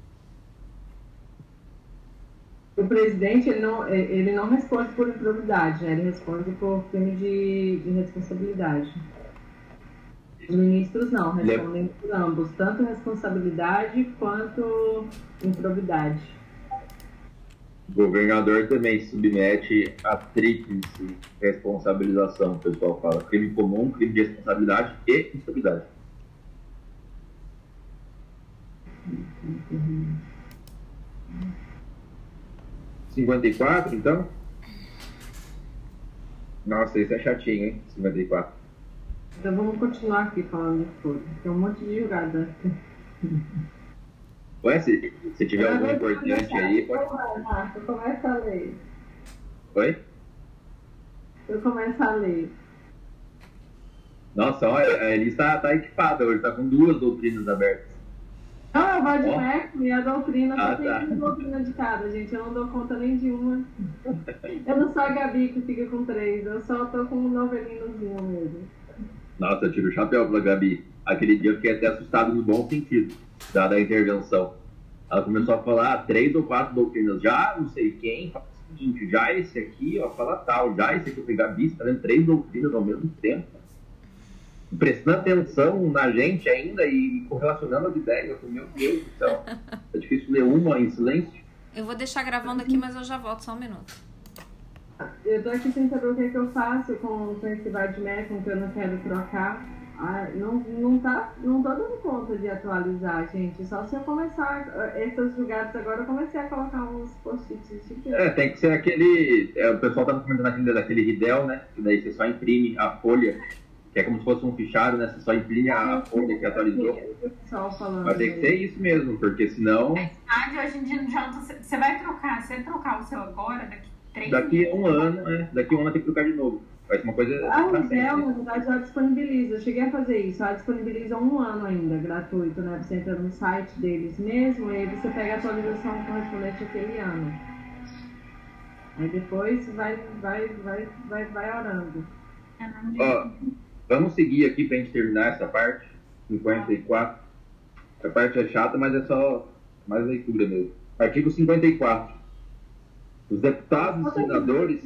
O presidente, ele não responde por improbidade, né? Ele responde por crime de responsabilidade. Os ministros não, respondem por ambos, tanto responsabilidade quanto improbidade. O governador também se submete a tríplice responsabilização, o pessoal fala. Crime comum, crime de responsabilidade e improbidade. Uhum. 54, então? Nossa, isso é chatinho, hein? 54. Então vamos continuar aqui falando de tudo. Tem um monte de jogada. Ué, se tiver algum importante aí, pode... Marco, começa a ler. Oi? Eu começo a ler. Nossa, olha, a Elis tá equipada hoje, tá com 2 doutrinas abertas. Não, eu vou de Merco e a doutrina, só tem tá. uma doutrina de cada, gente. Eu não dou conta nem de uma. Eu não sou a Gabi que fica com 3, eu só tô com um novelinozinho mesmo. Nossa, eu tiro o chapéu pra Gabi. Aquele dia eu fiquei até assustado no bom sentido da intervenção. Ela começou a falar 3 ou 4 doutrinas. Já não sei quem, fala o seguinte, já esse aqui, ó, fala tal. Já esse aqui eu falei, Gabi, você tá vendo 3 doutrinas ao mesmo tempo? Prestando atenção na gente ainda e correlacionando as ideias. Eu falei, meu Deus do céu, é difícil ler uma em silêncio. Eu vou deixar gravando aqui, mas eu já volto, só um minuto. Eu tô aqui sem saber o que é que eu faço com esse Vadmec, com que eu não quero trocar. Não tô dando conta de atualizar, gente. Só se eu começar esses lugares agora, eu comecei a colocar uns post-its de tem que ser aquele... o pessoal tá comentando daquele Ridel, né? Que daí você só imprime a folha, que é como se fosse um fichário, né? Você só imprime a folha que atualizou. Mas tem que ser isso mesmo, porque senão... Hoje em dia não adianta. Você vai trocar o seu agora, daqui 3 Daqui a um ano, Daqui a um ano tem que trocar de novo. Vai ser uma coisa... A Univel, na verdade, ela disponibiliza. Eu cheguei a fazer isso. Ela disponibiliza 1 ano ainda, gratuito, né? Você entra no site deles mesmo e aí você pega a atualização correspondente àquele ano. Aí depois vai orando. Ó, vamos seguir aqui pra gente terminar essa parte. 54. Essa parte é chata, mas é só mais leitura mesmo. Artigo 54. Os deputados e senadores...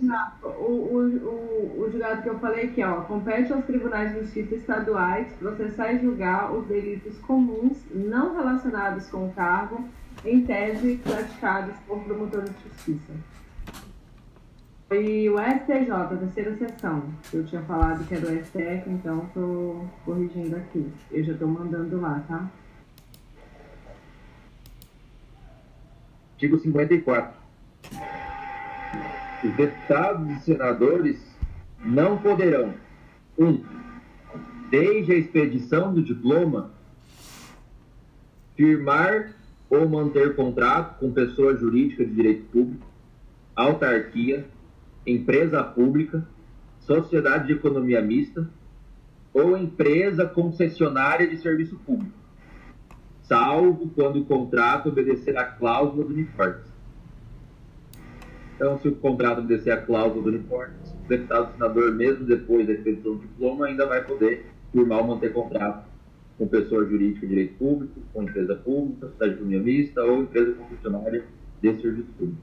O julgado que eu falei aqui, ó, compete aos tribunais de justiça estaduais processar e julgar os delitos comuns não relacionados com o cargo, em tese praticados por promotores de justiça. E o STJ, a terceira sessão, que eu tinha falado que era o STF, então estou corrigindo aqui. Eu já estou mandando lá, tá? Artigo 54. Os deputados e senadores não poderão: 1. Desde a expedição do diploma, firmar ou manter contrato com pessoa jurídica de direito público, autarquia, empresa pública, sociedade de economia mista ou empresa concessionária de serviço público, salvo quando o contrato obedecer à cláusula do uniforme. Então, se o contrato obedecer à cláusula do uniforme, o deputado ou senador, mesmo depois da expedição do diploma, ainda vai poder firmar ou manter contrato com pessoa jurídica de direito público, com empresa pública, sociedade de economia mista ou empresa concessionária de serviço público.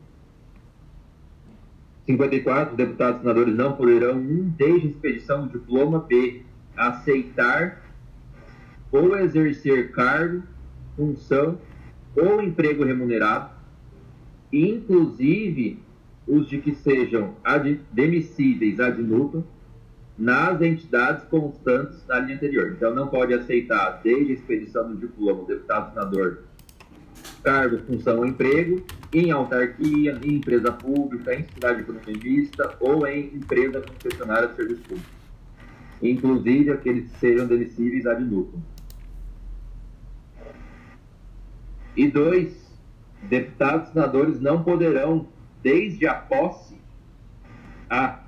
54. Os deputados e senadores não poderão, 1. Desde a expedição do diploma, B. Aceitar ou exercer cargo, função ou emprego remunerado, inclusive os de que sejam demissíveis ad nutum, nas entidades constantes na linha anterior. Então, não pode aceitar, desde a expedição do diploma, o deputado senador, cargo, função ou emprego em autarquia, em empresa pública, em sociedade de economia mista ou em empresa concessionária de serviço público, inclusive aqueles que sejam demissíveis ad nutum. E 2. Deputados e senadores não poderão, desde a posse, a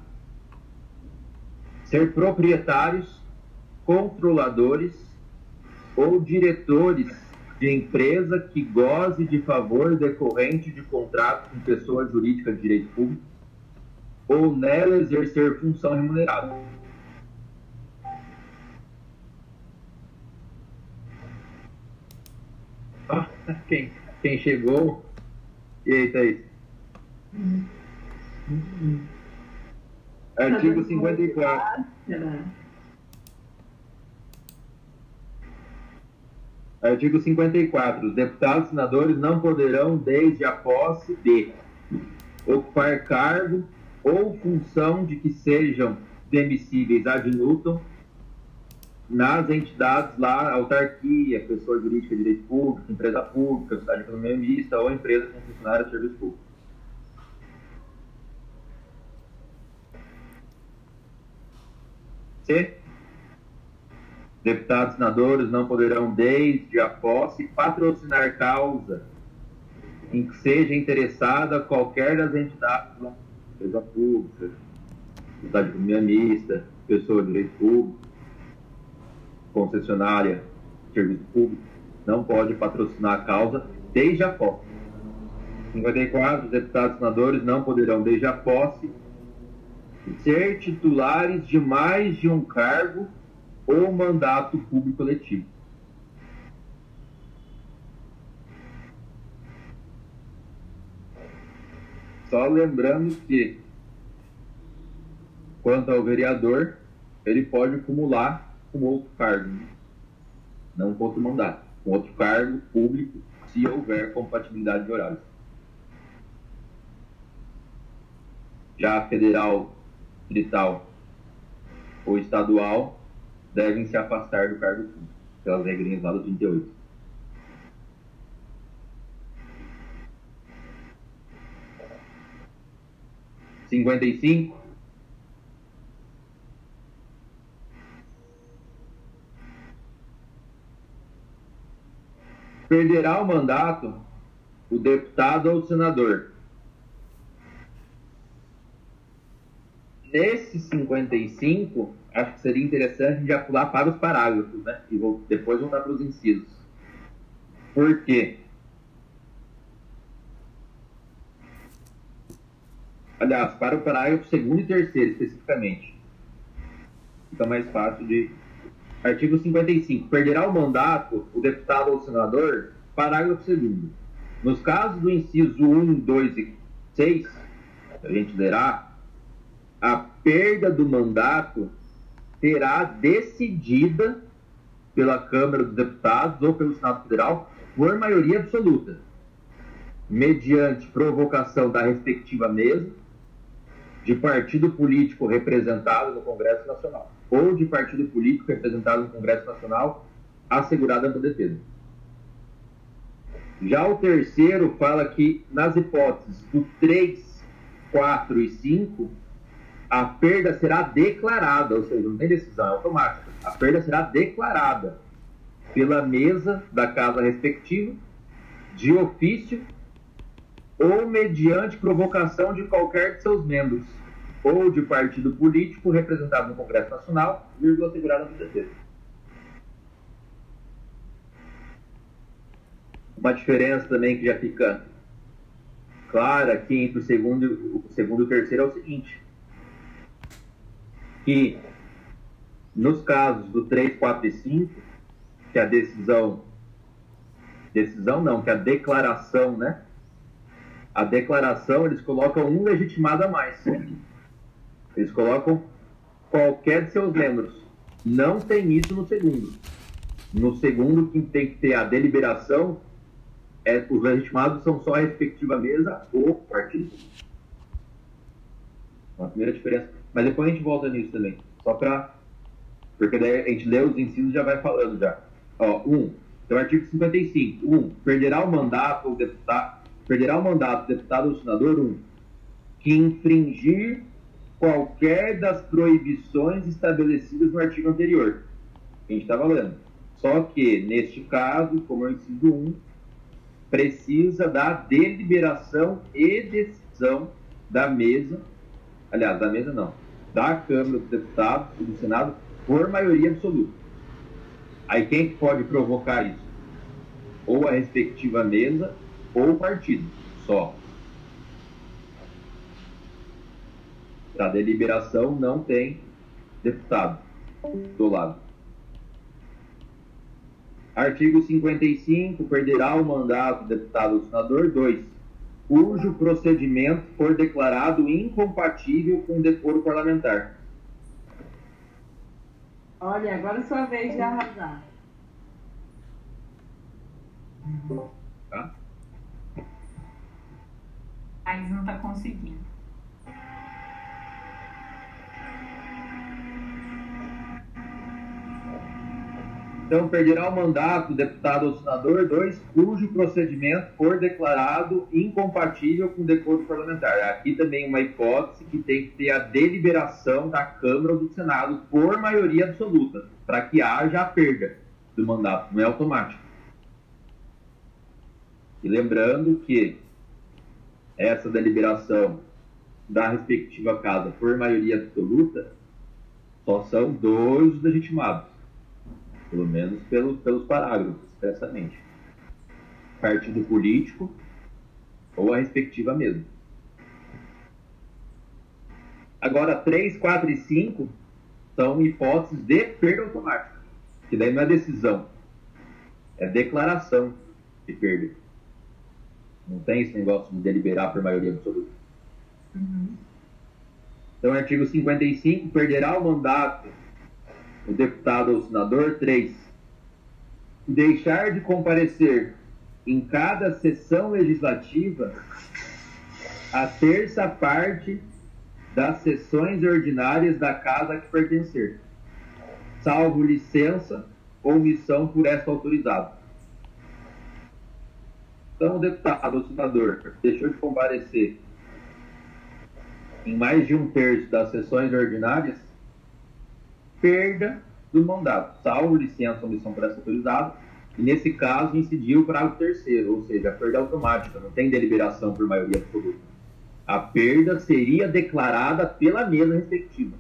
ser proprietários, controladores ou diretores de empresa que goze de favor decorrente de contrato com pessoa jurídica de direito público ou nela exercer função remunerada. Quem chegou? E aí, Thaís? Artigo 54. Artigo 54. Os deputados e senadores não poderão, desde a posse de, ocupar cargo ou função de que sejam demissíveis ad nutum nas entidades lá, autarquia, pessoa jurídica de direito público, empresa pública, sociedade de economia mista ou empresa concessionária de serviço público. C. Deputados e senadores não poderão, desde a posse, patrocinar causa em que seja interessada qualquer das entidades lá, empresa pública, sociedade de economia mista, pessoa de direito público, concessionária de serviço público, não pode patrocinar a causa desde a posse. 54. Os deputados e senadores não poderão, desde a posse, ser titulares de mais de um cargo ou mandato público eletivo. Só lembrando que, quanto ao vereador, ele pode acumular com outro cargo, não com outro mandato, com outro cargo público, se houver compatibilidade de horários. Já federal, distrital ou estadual devem se afastar do cargo público, pelas regrinhas lá do 38. § 55. Perderá o mandato o deputado ou o senador nesse 55, acho que seria interessante a gente já pular para os parágrafos, né? E depois voltar para os incisos. Por quê? Aliás, para o parágrafo 2º e 3º, especificamente. Fica mais fácil de... Artigo 55. Perderá o mandato o deputado ou senador, parágrafo 2º. Nos casos do inciso 1, 2 e 6, a gente lerá, a perda do mandato será decidida pela Câmara dos Deputados ou pelo Senado Federal por maioria absoluta, mediante provocação da respectiva mesa, de partido político representado no Congresso Nacional ou de partido político representado no Congresso Nacional assegurada a defesa. Já o 3º fala que nas hipóteses do 3, 4 e 5, a perda será declarada, ou seja, não tem decisão, é automática. A perda será declarada pela mesa da casa respectiva, de ofício ou mediante provocação de qualquer de seus membros, ou de partido político representado no Congresso Nacional, assegurado a defesa. Uma diferença também que já fica clara aqui entre o segundo e o 3º é o seguinte, que nos casos do 3, 4 e 5, que a que a declaração, né? A declaração, eles colocam um legitimado a mais. Eles colocam qualquer de seus membros. Não tem isso no segundo. No segundo, quem tem que ter a deliberação, os legitimados são só a respectiva mesa ou partido. Uma primeira diferença. Mas depois a gente volta nisso também. Só para... Porque daí a gente lê os incisos e já vai falando já. Ó, então, artigo 55. Perderá o mandato o deputado ou senador, que infringir qualquer das proibições estabelecidas no artigo anterior. A gente está falando. Só que, neste caso, como é o inciso 1, precisa da deliberação e decisão da mesa, aliás, da mesa não, da Câmara dos Deputados e do Senado, por maioria absoluta. Aí quem pode provocar isso? Ou a respectiva mesa, ou o partido, só. A deliberação não tem deputado do lado. Artigo 55. Perderá o mandato deputado ou senador, 2, cujo procedimento for declarado incompatível com o decoro parlamentar. Olha, agora é sua vez de arrasar. Tá? Mas não está conseguindo. Então, perderá o mandato deputado ou senador, 2, cujo procedimento for declarado incompatível com o decoro parlamentar. Aqui também uma hipótese que tem que ter a deliberação da Câmara ou do Senado por maioria absoluta, para que haja a perda do mandato, não é automático. E lembrando que essa deliberação da respectiva casa por maioria absoluta só são 2 legitimados. Pelo menos pelos parágrafos, expressamente. Partido político ou a respectiva mesa. Agora, 3, 4 e 5 são hipóteses de perda automática. Que daí não é decisão, é declaração de perda. Não tem esse negócio de deliberar por maioria absoluta. Então, artigo 55, perderá o mandato o deputado ou senador, 3, deixar de comparecer em cada sessão legislativa a terça parte das sessões ordinárias da casa a que pertencer, salvo licença ou missão por esta autorizado. Então, o deputado ou senador deixou de comparecer em mais de 1/3 das sessões ordinárias, perda do mandato, salvo licença ou missão por essa autorizada, e nesse caso incidiu o parágrafo 3º, ou seja, a perda automática, não tem deliberação por maioria absoluta. A perda seria declarada pela mesa respectiva.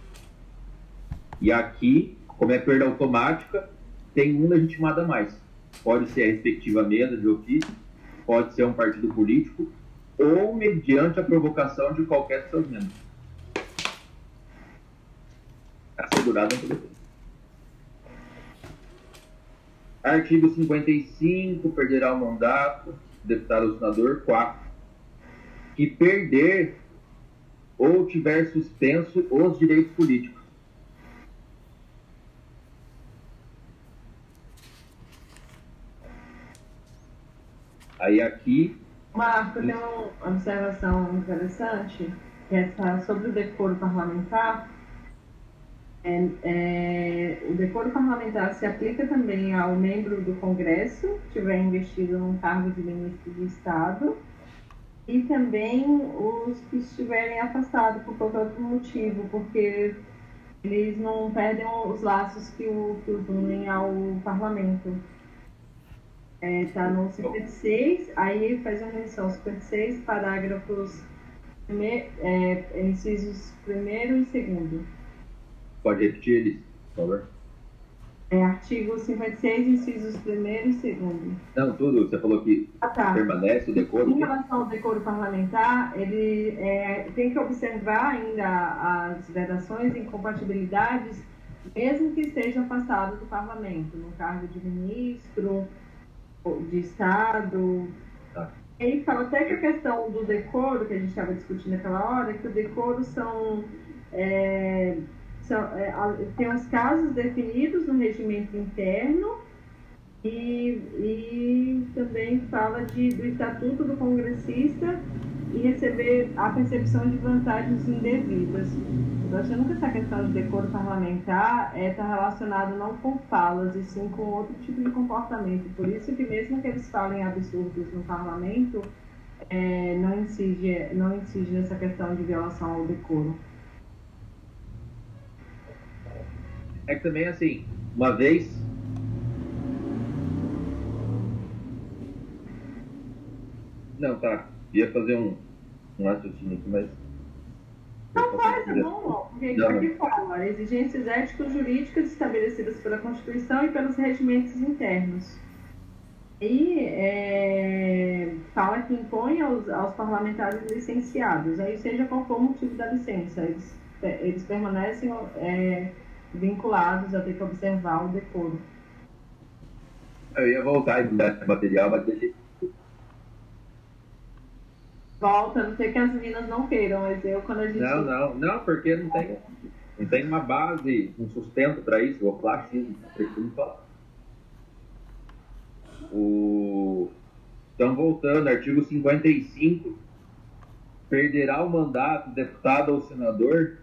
E aqui, como é perda automática, tem um legitimado a mais. Pode ser a respectiva mesa de ofício, pode ser um partido político, ou mediante a provocação de qualquer de seus membros. Assegurado em todo. Artigo 55, perderá o mandato, deputado ou senador, 4. Que perder ou tiver suspenso os direitos políticos. Aí aqui... Marco, tem uma observação interessante, que é sobre o decoro parlamentar. O decoro parlamentar se aplica também ao membro do Congresso que estiver investido num cargo de ministro de Estado, e também os que estiverem afastados por qualquer outro motivo, porque eles não perdem os laços que os unem ao parlamento. Está no 56, aí faz uma menção, 56, parágrafos, incisos 1º e 2º. Pode repetir eles, por favor? Artigo 56, incisos 1º e 2º. Não, tudo. Você falou que permanece o decoro. Em relação ao decoro parlamentar, ele tem que observar ainda as vedações e incompatibilidades, mesmo que esteja afastado do parlamento, no cargo de ministro, de Estado. Tá. E aí fala até que a questão do decoro, que a gente estava discutindo naquela hora, que o decoro tem os casos definidos no regimento interno e também fala do estatuto do congressista e receber a percepção de vantagens indevidas. Estou achando que essa questão de decoro parlamentar está relacionada não com falas, e sim com outro tipo de comportamento. Por isso que mesmo que eles falem absurdos no parlamento, não incide nessa questão de violação ao decoro. É que também, assim, uma vez... Não, tá. Ia fazer um raciocínio aqui, mas... Não faz, é bom, porque aqui fala exigências ético-jurídicas estabelecidas pela Constituição e pelos regimentos internos. E fala que impõe aos parlamentares licenciados, aí seja qual for o motivo da licença, eles permanecem vinculados a ter que observar o decoro. Eu ia voltar e mudar esse material, mas deixei... Volta, não sei que as meninas não queiram, mas quando a gente... Não, porque não tem uma base, um sustento para isso, o classismo, preciso falar. Então, voltando, artigo 55, perderá o mandato deputado ou senador,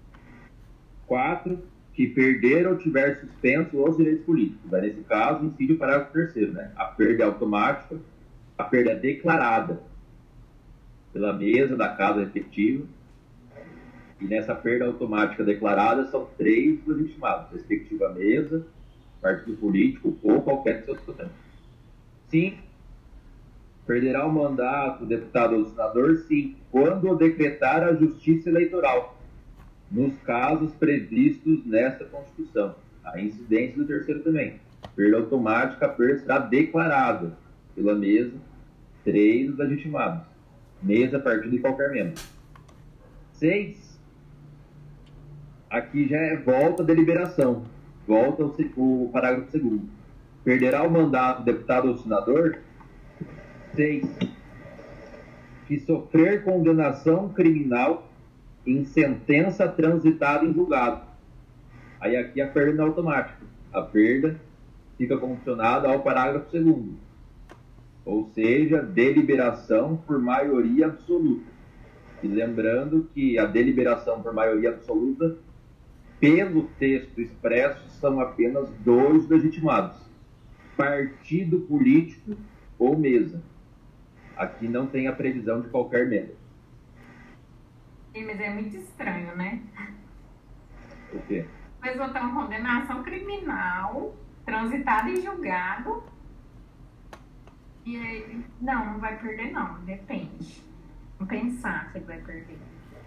4, que perder ou tiver suspenso os direitos políticos. Aí, nesse caso, incide o parágrafo 3º, né? A perda é automática, a perda é declarada pela mesa da casa respectiva, e nessa perda automática declarada são 3 legitimados, respectiva mesa, partido político ou qualquer de seus sustentados. 5. Perderá o mandato deputado ou senador, sim, quando o decretar a Justiça Eleitoral, nos casos previstos nesta Constituição. A incidência do 3º também. Perda automática, a perda será declarada pela mesa, 3 legitimados. Mesa, partido e qualquer membro. 6. Aqui já volta a deliberação. Volta o parágrafo 2º. Perderá o mandato deputado ou senador. 6. Que sofrer condenação criminal em sentença transitada em julgado. Aí aqui a perda é automática. A perda fica condicionada ao parágrafo 2º. Ou seja, deliberação por maioria absoluta. E lembrando que a deliberação por maioria absoluta, pelo texto expresso, são apenas 2 legitimados. Partido político ou mesa. Aqui não tem a previsão de qualquer membro. Mas é muito estranho, né? O quê? Mas botar uma condenação criminal, transitada em julgado... E aí, não vai perder não, depende. Vamos pensar se ele vai perder.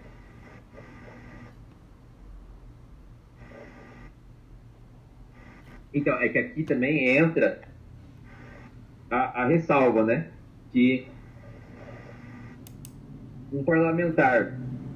Então, é que aqui também entra a ressalva, né? Que um parlamentar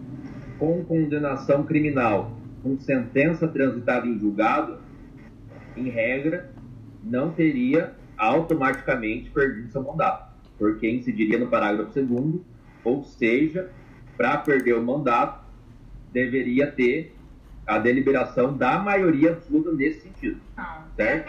com condenação criminal, com sentença transitada em julgado, em regra, não teria automaticamente perdido seu mandato, porque incidiria no parágrafo 2º, ou seja, para perder o mandato, deveria ter a deliberação da maioria absoluta nesse sentido. Não, certo?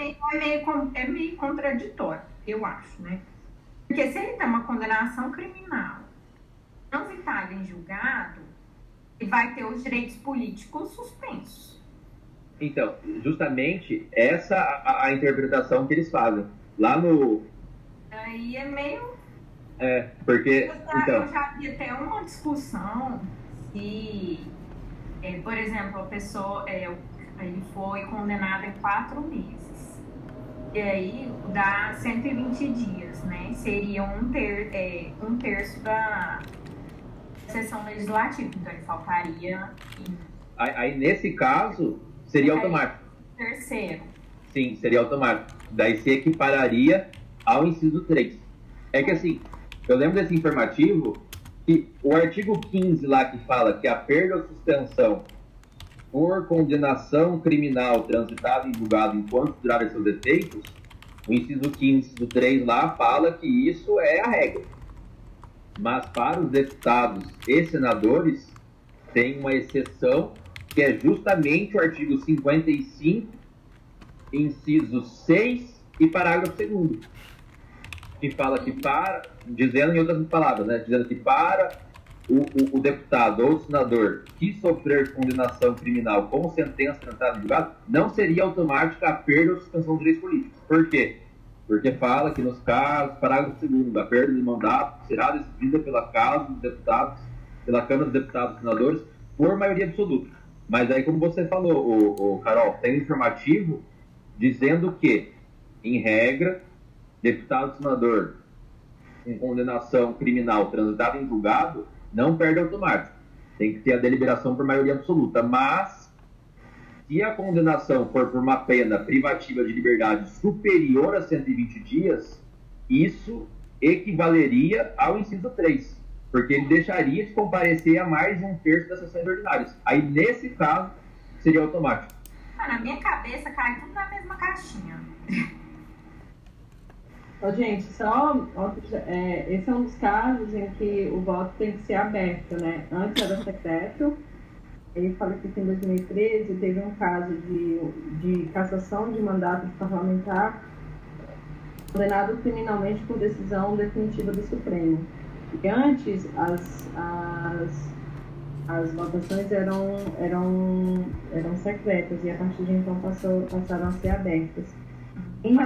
É meio contraditório, eu acho, né? Porque se ele tem uma condenação criminal transitada em julgado, ele vai ter os direitos políticos suspensos. Então, justamente essa a interpretação que eles fazem. Lá no... Aí é meio... porque... Eu já vi até uma discussão se, por exemplo, a pessoa, ele foi condenado em 4 meses. E aí dá 120 dias, né? Seria um terço da sessão legislativa. Então ele faltaria... Aí nesse caso, seria automático. Terceiro. Sim, seria automático. Daí se equipararia ao inciso 3. É que assim, eu lembro desse informativo que o artigo 15 lá que fala que a perda ou suspensão por condenação criminal transitada em julgado enquanto durarem seus efeitos, o inciso 15 do 3 lá fala que isso é a regra. Mas para os deputados e senadores tem uma exceção que é justamente o artigo 55, inciso 6 e parágrafo 2º, que fala que dizendo em outras palavras, né, dizendo que para o deputado ou o senador que sofrer condenação criminal com sentença transitada em julgado, não seria automática a perda ou suspensão dos direitos políticos. Por quê? Porque fala que nos casos, parágrafo 2º, a perda de mandato será decidida pela Casa dos Deputados, pela Câmara dos Deputados e Senadores, por maioria absoluta. Mas aí, como você falou, Carol, tem um informativo dizendo que, em regra, deputado e senador com condenação criminal transitada em julgado não perde automático. Tem que ter a deliberação por maioria absoluta. Mas, se a condenação for por uma pena privativa de liberdade superior a 120 dias, isso equivaleria ao inciso 3. Porque ele deixaria de comparecer a mais de um terço das sessões ordinárias. Aí, nesse caso, seria automático. Na minha cabeça, cai tudo na mesma caixinha. Gente, esse é um dos casos em que o voto tem que ser aberto, né? Antes era secreto. Ele fala que em 2013 teve um caso de cassação de mandato de parlamentar condenado criminalmente por decisão definitiva do Supremo. E antes, as votações eram secretas e a partir de então passaram a ser abertas. Em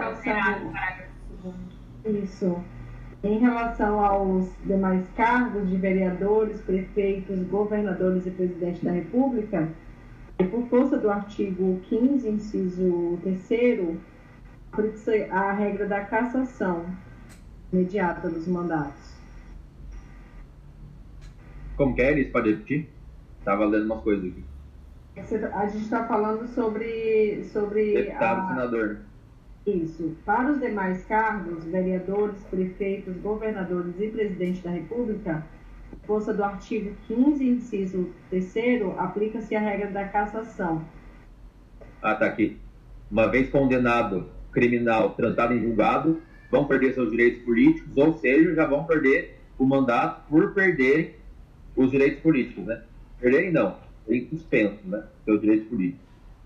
relação aos demais cargos de vereadores, prefeitos, governadores e presidente da República, por força do artigo 15, inciso 3º, aplica-se a regra da cassação imediata dos mandatos. Como que é, Elis? Pode repetir? Estava lendo umas coisas aqui. A gente está falando sobre deputado, senador. Isso. Para os demais cargos, vereadores, prefeitos, governadores e presidente da República, por força do artigo 15, inciso 3º, aplica-se a regra da cassação. Tá aqui. Uma vez condenado criminal transitado em julgado, vão perder seus direitos políticos, ou seja, já vão perder o mandato por perderem os direitos políticos, né? Perderem não, serem suspensos, né? Seus direitos políticos.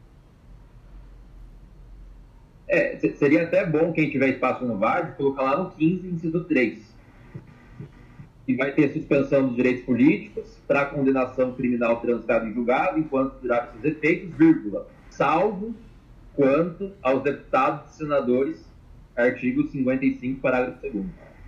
Seria até bom quem tiver espaço no VAD colocar lá no 15, inciso 3. Que vai ter suspensão dos direitos políticos para condenação criminal transitada em julgado enquanto durar seus efeitos, vírgula, salvo quanto aos deputados e senadores, artigo 55, parágrafo 2º.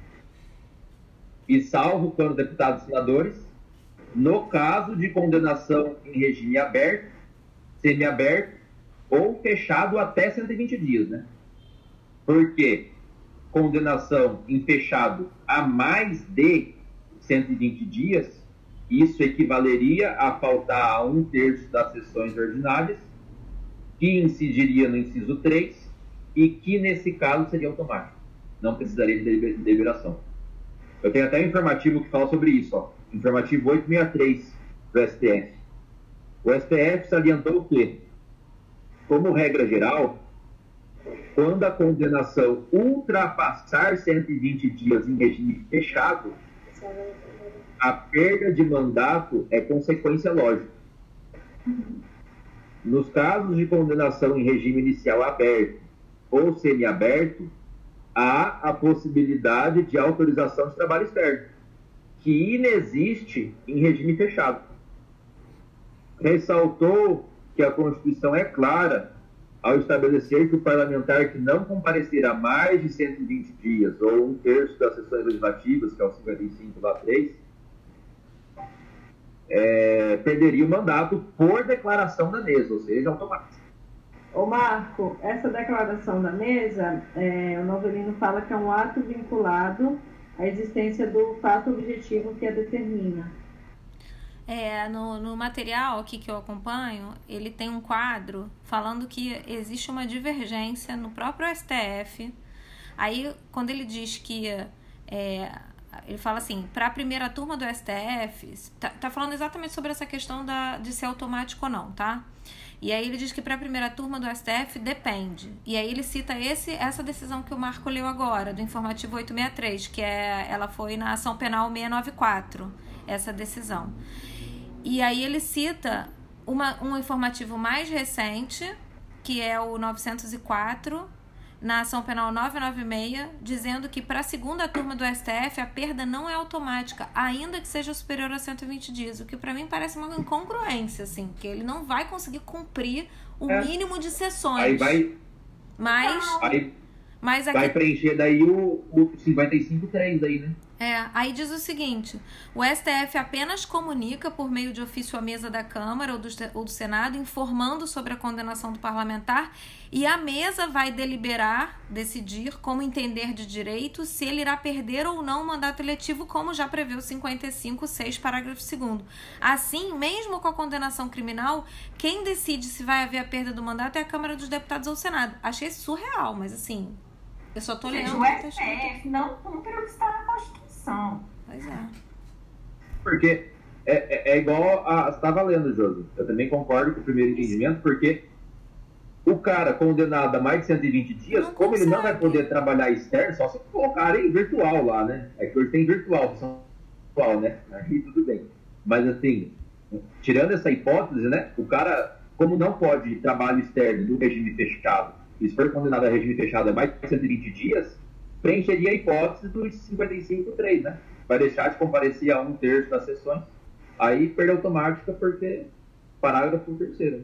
E salvo quanto deputados e senadores, no caso de condenação em regime aberto, semiaberto ou fechado até 120 dias, né? Porque condenação em fechado a mais de 120 dias, isso equivaleria a faltar a 1/3 das sessões ordinárias, que incidiria no inciso 3 e que, nesse caso, seria automático. Não precisaria de deliberação. Eu tenho até um informativo que fala sobre isso, ó. Informativo 863 do STF. O STF salientou o quê? Como regra geral, quando a condenação ultrapassar 120 dias em regime fechado, a perda de mandato é consequência lógica. Nos casos de condenação em regime inicial aberto ou semiaberto, há a possibilidade de autorização de trabalho externo, que inexiste em regime fechado. Ressaltou que a Constituição é clara ao estabelecer que o parlamentar que não comparecer a mais de 120 dias ou 1/3 das sessões legislativas, que é o 55/3, perderia o mandato por declaração da mesa, ou seja, automático. Ô Marco, essa declaração da mesa, o Novelino fala que é um ato vinculado à existência do fato objetivo que a determina. No material aqui que eu acompanho, ele tem um quadro falando que existe uma divergência no próprio STF. Aí, quando ele diz que... ele fala assim, para a primeira turma do STF, tá falando exatamente sobre essa questão de ser automático ou não, tá? E aí ele diz que para a primeira turma do STF depende. E aí ele cita essa decisão que o Marco leu agora, do informativo 863, que ela foi na ação penal 694, essa decisão. E aí ele cita um informativo mais recente, que é o 904, na ação penal 996, dizendo que para a segunda turma do STF a perda não é automática, ainda que seja superior a 120 dias, o que para mim parece uma incongruência, assim, que ele não vai conseguir cumprir o mínimo de sessões. Aí vai... Mas aqui... vai preencher daí o 55/3 aí, né? Aí diz o seguinte: o STF apenas comunica por meio de ofício à mesa da Câmara ou do Senado, informando sobre a condenação do parlamentar, e a mesa vai decidir como entender de direito se ele irá perder ou não o mandato eletivo, como já prevê o 55(6), parágrafo 2º. Assim, mesmo com a condenação criminal, quem decide se vai haver a perda do mandato é a Câmara dos Deputados ou o Senado. Achei surreal, mas assim, eu só tô lendo. O STF não cumpre o que está na Constituição. Pois é. Porque é igual você estava lendo, Josi. Eu também concordo com o primeiro entendimento, porque o cara condenado a mais de 120 dias, como ele não vai poder trabalhar externo, só se colocarem virtual lá, né? É que hoje tem virtual, né? Aí tudo bem. Mas assim, tirando essa hipótese, né? O cara, como não pode trabalho externo no regime fechado, e se for condenado a regime fechado a mais de 120 dias, preencheria a hipótese do 55(3), né? Vai deixar de comparecer a 1/3 das sessões. Aí perda automática, porque parágrafo 3º.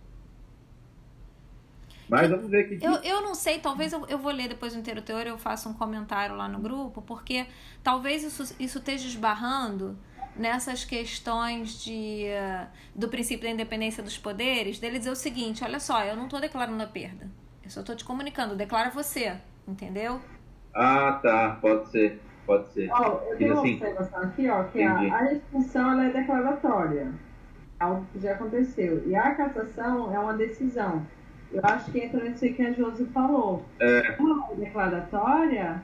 Mas vamos ver aqui. Eu não sei, talvez eu vou ler depois o inteiro teor, eu faço um comentário lá no grupo, porque talvez isso esteja esbarrando nessas questões do princípio da independência dos poderes, dele dizer o seguinte: olha só, eu não estou declarando a perda, eu só estou te comunicando, declara você, entendeu? Ah, tá, pode ser. Eu tenho uma observação aqui, que a expulsão ela é declaratória, algo que já aconteceu, e a cassação é uma decisão. Eu acho que entra nisso que a Josi falou. Uma declaratória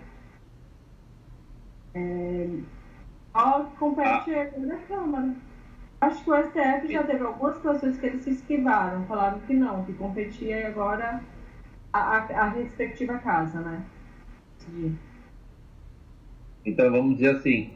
compete na Câmara. Acho que o STF já teve algumas situações que eles se esquivaram, falaram que não, que competia agora a respectiva casa, né? Então vamos dizer assim,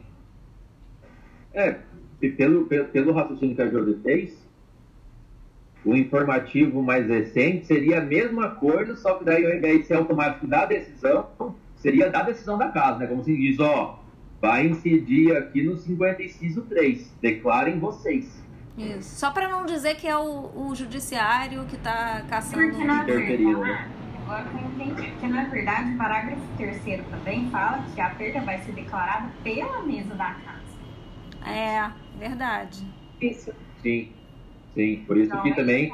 pelo raciocínio que a Josi fez, o informativo mais recente seria a mesma coisa, só que daí ao invés de ser automático da decisão, seria da decisão da casa, né? Como se diz, vai incidir aqui no 55(3), declarem vocês. Isso, só para não dizer que é o judiciário que está caçando interferindo, né? Agora que eu entendi, porque na verdade o parágrafo 3º também fala que a perda vai ser declarada pela mesa da casa. Verdade. Isso. Sim, por isso então, que também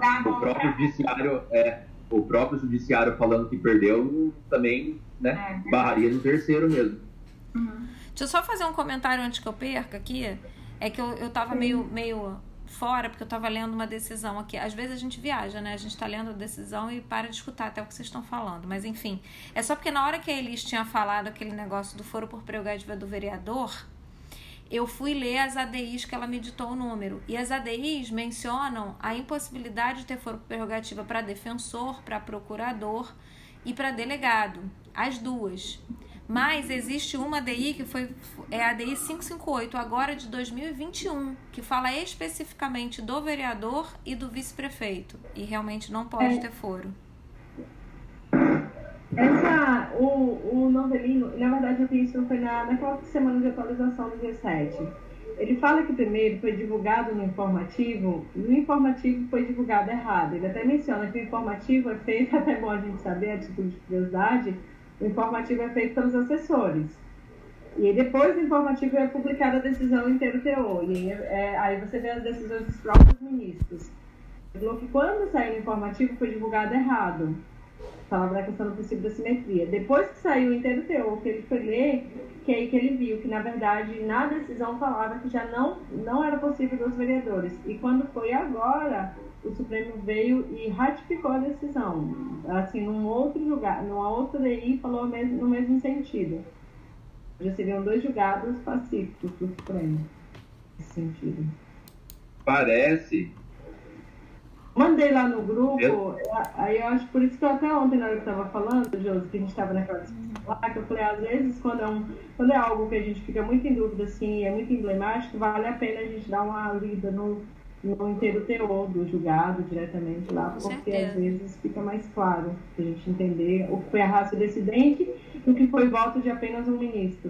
o próprio judiciário falando que perdeu também, né, barraria no 3º mesmo. Deixa Deixa eu só fazer um comentário antes que eu perca aqui. É que eu tava meio fora, porque eu tava lendo uma decisão aqui. Às vezes a gente viaja, né? A gente tá lendo a decisão e para de escutar até o que vocês estão falando. Mas enfim, é só porque na hora que a Elis tinha falado aquele negócio do foro por prerrogativa do vereador, eu fui ler as ADIs que ela me ditou o número. E as ADIs mencionam a impossibilidade de ter foro por prerrogativa para defensor, para procurador e para delegado. As duas. Mas existe uma ADI que é a ADI 558, agora de 2021, que fala especificamente do vereador e do vice-prefeito. E realmente não pode ter foro. O Novelino, na verdade eu vi isso foi naquela semana de atualização do dia 7. Ele fala que primeiro foi divulgado no informativo, e o informativo foi divulgado errado. Ele até menciona que o informativo é feito, até bom a gente saber, a título de curiosidade, o informativo é feito pelos assessores. E depois do informativo é publicada a decisão inteiro teor. E aí você vê as decisões dos próprios ministros. Ele falou que quando saiu o informativo foi divulgado errado. Falava da questão do princípio da simetria. Depois que saiu o inteiro teor, que ele foi ler, que aí que ele viu que, na verdade, na decisão falava que já não era possível dos vereadores. E quando foi agora, o Supremo veio e ratificou a decisão. Assim, num outro julgado, numa outra DI, falou no mesmo sentido. Já seriam 2 julgados pacíficos do Supremo, nesse sentido. Parece. Mandei lá no grupo, aí eu acho, por isso que eu até ontem, na hora que eu estava falando, Josi, que a gente estava naquela discussão lá, que eu falei, às vezes, quando é algo que a gente fica muito em dúvida, assim, é muito emblemático, vale a pena a gente dar uma lida no inteiro teor do julgado diretamente lá, porque às vezes fica mais claro a gente entender o que foi a raça do incidente e o que foi voto de apenas um ministro.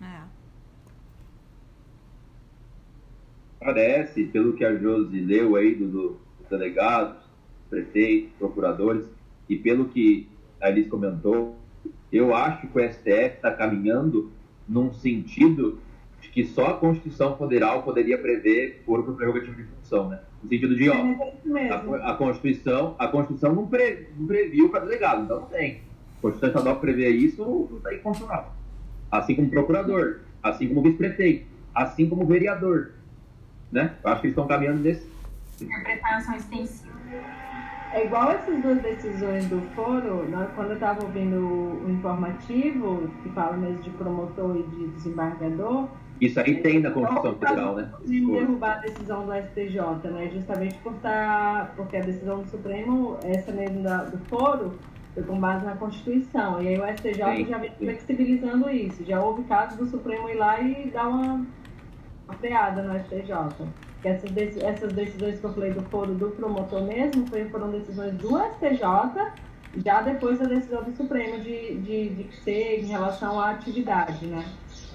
Parece, pelo que a Josi leu aí dos delegados, prefeitos, procuradores, e pelo que a Elis comentou, eu acho que o STF está caminhando num sentido de que só a Constituição Federal poderia prever foro por prerrogativa de função, né? No sentido de, a Constituição não previu para delegado, então não tem. A Constituição Estadual que prevê isso não está inconstitucional. Assim como procurador, assim como vice-prefeito, assim como vereador, né? Eu acho que eles estão caminhando nesse interpretação extensiva. É igual essas 2 decisões do foro, quando eu estava ouvindo o informativo, que fala mesmo de promotor e de desembargador. Isso aí tem na Constituição Federal, né? De derrubar a decisão do STJ, né? Justamente porque a decisão do Supremo, essa mesmo do foro, foi com base na Constituição. E aí o STJ já vem flexibilizando isso. Já houve casos do Supremo ir lá e dar uma freada no STJ. Essas decisões que eu falei do foro do promotor mesmo foram decisões do STJ, já depois da decisão do Supremo de ser em relação à atividade, né?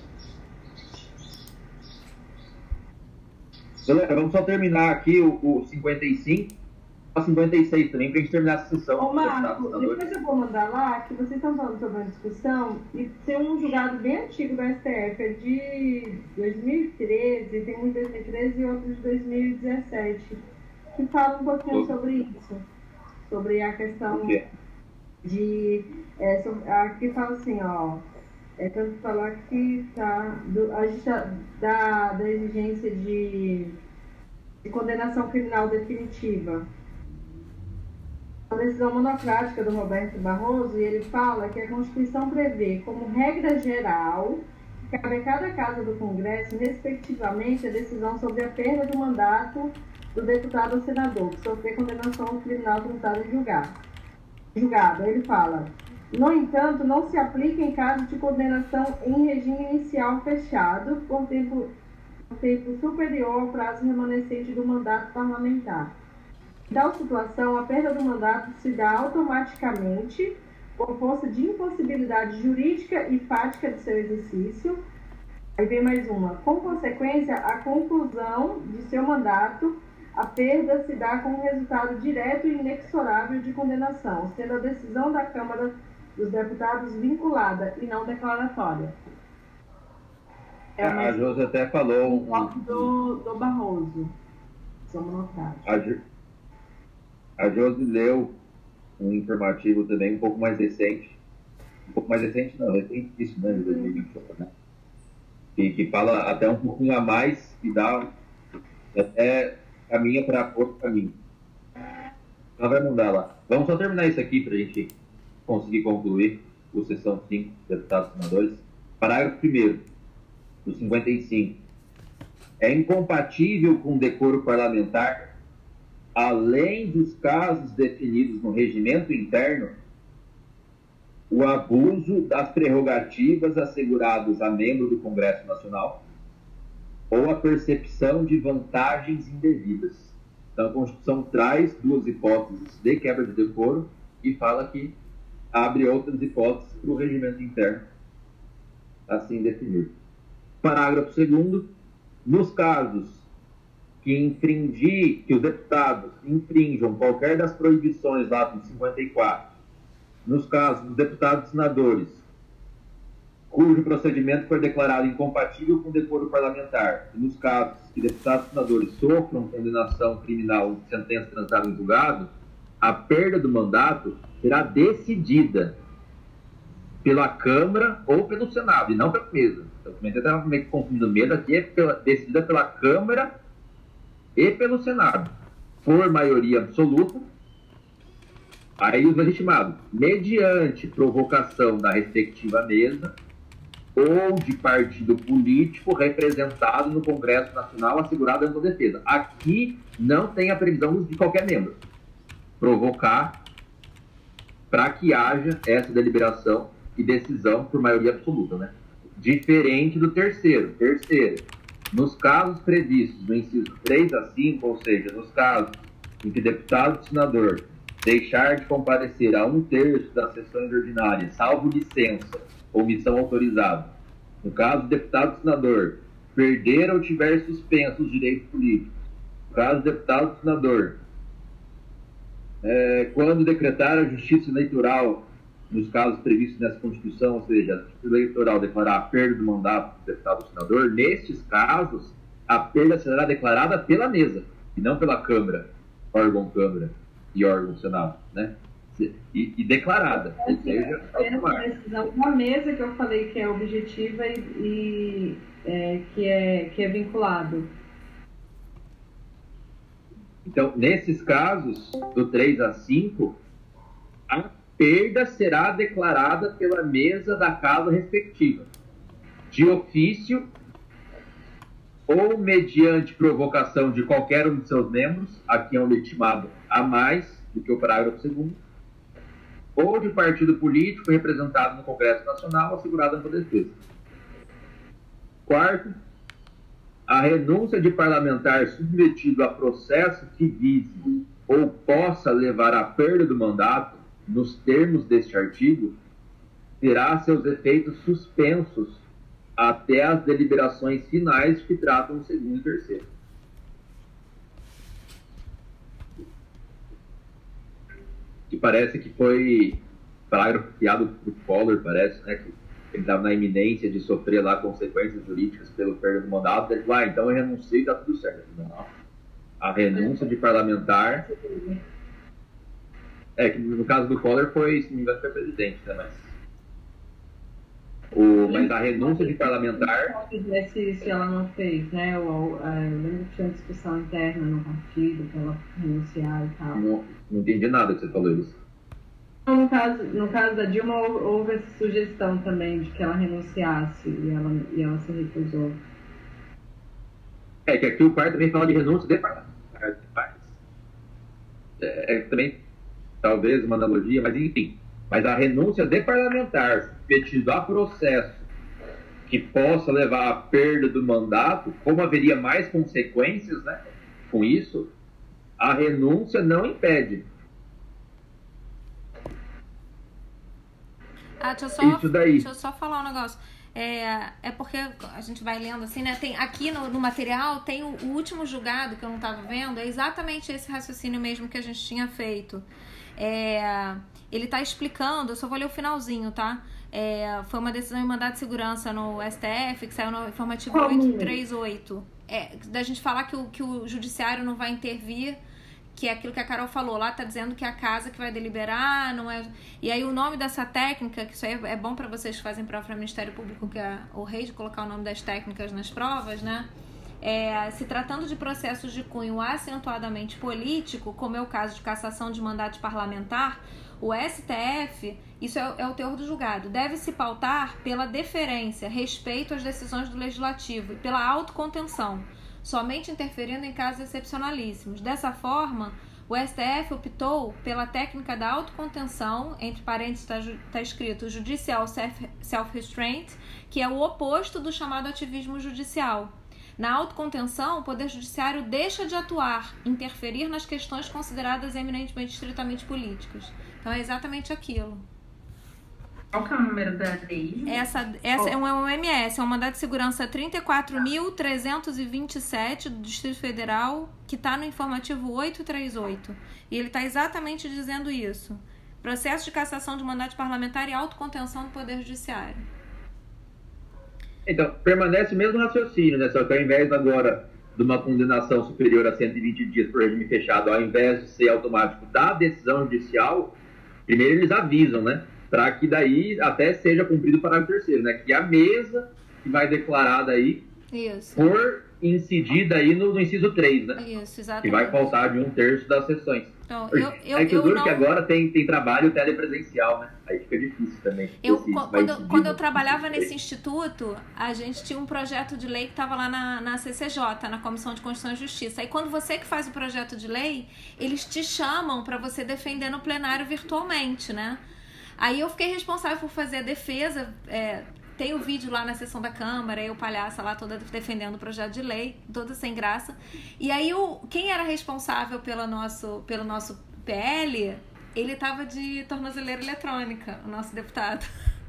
Galera, vamos só terminar aqui o 55, a 56 também, para a gente terminar essa sessão. Ô, Marco, depois eu vou mandar lá, que vocês estão falando sobre a discussão, e tem um julgado bem antigo do STF, é de 2013, tem um de 2013 e outro de 2017, que fala um pouquinho sobre isso, sobre a questão de... aqui fala assim, ó, tanto falar que a gente da exigência de condenação criminal definitiva. A decisão monocrática do Roberto Barroso, e ele fala que a Constituição prevê como regra geral que cabe a cada casa do Congresso, respectivamente, a decisão sobre a perda do mandato do deputado ou senador que sofrer condenação criminal tributária julgado. Aí ele fala: no entanto, não se aplica em caso de condenação em regime inicial fechado por tempo superior ao prazo remanescente do mandato parlamentar. Em tal situação, a perda do mandato se dá automaticamente por força de impossibilidade jurídica e fática de seu exercício. Aí vem mais uma. Com consequência, a conclusão de seu mandato, a perda se dá como resultado direto e inexorável de condenação, sendo a decisão da Câmara dos Deputados vinculada e não declaratória. A Josi até falou do Barroso. A Josi leu um informativo também um pouco mais recente. Um pouco mais recente não, recentíssimo, né, de 2021, né? que fala até um pouquinho a mais e dá caminha para outro caminho. Ela vai mudar lá. Vamos só terminar isso aqui para a gente conseguir concluir o sessão 5, deputados e senadores. Parágrafo 1º, do 55. É incompatível com o decoro parlamentar, além dos casos definidos no regimento interno, o abuso das prerrogativas asseguradas a membro do Congresso Nacional ou a percepção de vantagens indevidas. Então, a Constituição traz duas hipóteses de quebra de decoro e fala que abre outras hipóteses para o regimento interno assim definido. Parágrafo 2º. Nos casos que os deputados infringam qualquer das proibições lá do 54, nos casos dos deputados e senadores cujo procedimento for declarado incompatível com o decoro parlamentar, e nos casos que deputados e senadores sofram condenação criminal ou sentença transitada em julgado, a perda do mandato será decidida pela Câmara ou pelo Senado, e não pela mesa. Eu também estava meio que confundindo mesa, aqui é decidida pela Câmara e pelo Senado. Por maioria absoluta, aí os legitimados, mediante provocação da respectiva mesa ou de partido político representado no Congresso Nacional assegurado a defesa. Aqui não tem a previsão de qualquer membro provocar para que haja essa deliberação e decisão por maioria absoluta, né? Diferente do terceiro. Nos casos previstos no inciso 3 a 5, ou seja, nos casos em que deputado e senador deixar de comparecer a 1/3 das sessões ordinárias, salvo licença ou missão autorizada, no caso do deputado e senador perder ou tiver suspenso os direitos políticos, no caso do deputado e senador, quando decretar a justiça eleitoral, nos casos previstos nessa Constituição, ou seja, a justiça eleitoral declarar a perda do mandato do deputado ou senador, nestes casos, a perda será declarada pela mesa, e não pela Câmara, órgão Câmara e órgão Senado, né? E declarada. Ou seja, essa decisão da mesa que eu falei que é objetiva e que é vinculado. Então, nesses casos, do 3 a 5, a perda será declarada pela mesa da casa respectiva, de ofício ou mediante provocação de qualquer um de seus membros, aqui é um legitimado a mais do que o parágrafo 2º, ou de partido político representado no Congresso Nacional assegurado ampla defesa. Quarto, a renúncia de parlamentar submetido a processo que vise ou possa levar à perda do mandato, nos termos deste artigo, terá seus efeitos suspensos até as deliberações finais que tratam o segundo e terceiro. Que parece que foi parágrafo criado por Collor, parece, né? Que ele estava na iminência de sofrer lá consequências jurídicas pelo perda do mandato. Ele falou, então eu renuncio e está tudo certo. Não. A renúncia de parlamentar... que no caso do Collor foi, se não me engano, foi presidente, né? Mas a renúncia de parlamentar... Se ela não fez, né? Eu lembro que tinha uma discussão interna no partido para ela renunciar e tal. Não entendi nada que você falou, Luiz. No caso da Dilma, houve essa sugestão também de que ela renunciasse e ela se recusou. Que aqui o quarto também fala de renúncia de parlamentar. Também, talvez, uma analogia, mas enfim. Mas a renúncia de parlamentar, submetido a processo que possa levar à perda do mandato, como haveria mais consequências, né, com isso, a renúncia não impede. Deixa eu só falar um negócio. É porque a gente vai lendo assim, né? Tem, aqui no material tem o último julgado que eu não estava vendo, é exatamente esse raciocínio mesmo que a gente tinha feito. Ele está explicando, eu só vou ler o finalzinho, tá? Foi uma decisão em mandado de segurança no STF, que saiu no informativo 838. Da gente falar que o judiciário não vai intervir, que é aquilo que a Carol falou, lá tá dizendo que é a casa que vai deliberar, não é... E aí o nome dessa técnica, que isso aí é bom para vocês que fazem prova para o Ministério Público, que é o rei de colocar o nome das técnicas nas provas, né? Se tratando de processos de cunho acentuadamente político, como é o caso de cassação de mandato parlamentar, o STF, isso é o teor do julgado, deve se pautar pela deferência, respeito às decisões do Legislativo e pela autocontenção, somente interferindo em casos excepcionalíssimos. Dessa forma, o STF optou pela técnica da autocontenção, entre parênteses está escrito judicial self-restraint, que é o oposto do chamado ativismo judicial. Na autocontenção, o Poder Judiciário deixa de atuar, interferir nas questões consideradas eminentemente estritamente políticas. Então é exatamente aquilo. Qual que é o número da lei? Essa é um OMS, é um mandado de segurança 34.327 do Distrito Federal, que está no informativo 838. E ele está exatamente dizendo isso. Processo de cassação de mandato parlamentar e autocontenção do Poder Judiciário. Então, permanece o mesmo raciocínio, né? Só que ao invés agora de uma condenação superior a 120 dias por regime fechado, ao invés de ser automático da decisão judicial, primeiro eles avisam, né? Para que daí até seja cumprido o parágrafo 3º, né? Que a mesa que vai declarar daí por incidir daí no inciso 3, né? Isso, exatamente. Que vai faltar de 1/3 das sessões. Então, que agora tem trabalho telepresencial, né? Aí fica difícil também. Quando eu trabalhava nesse instituto, a gente tinha um projeto de lei que estava lá na CCJ, na Comissão de Constituição e Justiça. Aí quando você que faz o projeto de lei, eles te chamam para você defender no plenário virtualmente, né? Aí eu fiquei responsável por fazer a defesa, tem o vídeo lá na sessão da Câmara, eu palhaça lá toda defendendo o projeto de lei, toda sem graça. E aí quem era responsável pelo nosso PL, ele tava de tornozeleira eletrônica, o nosso deputado.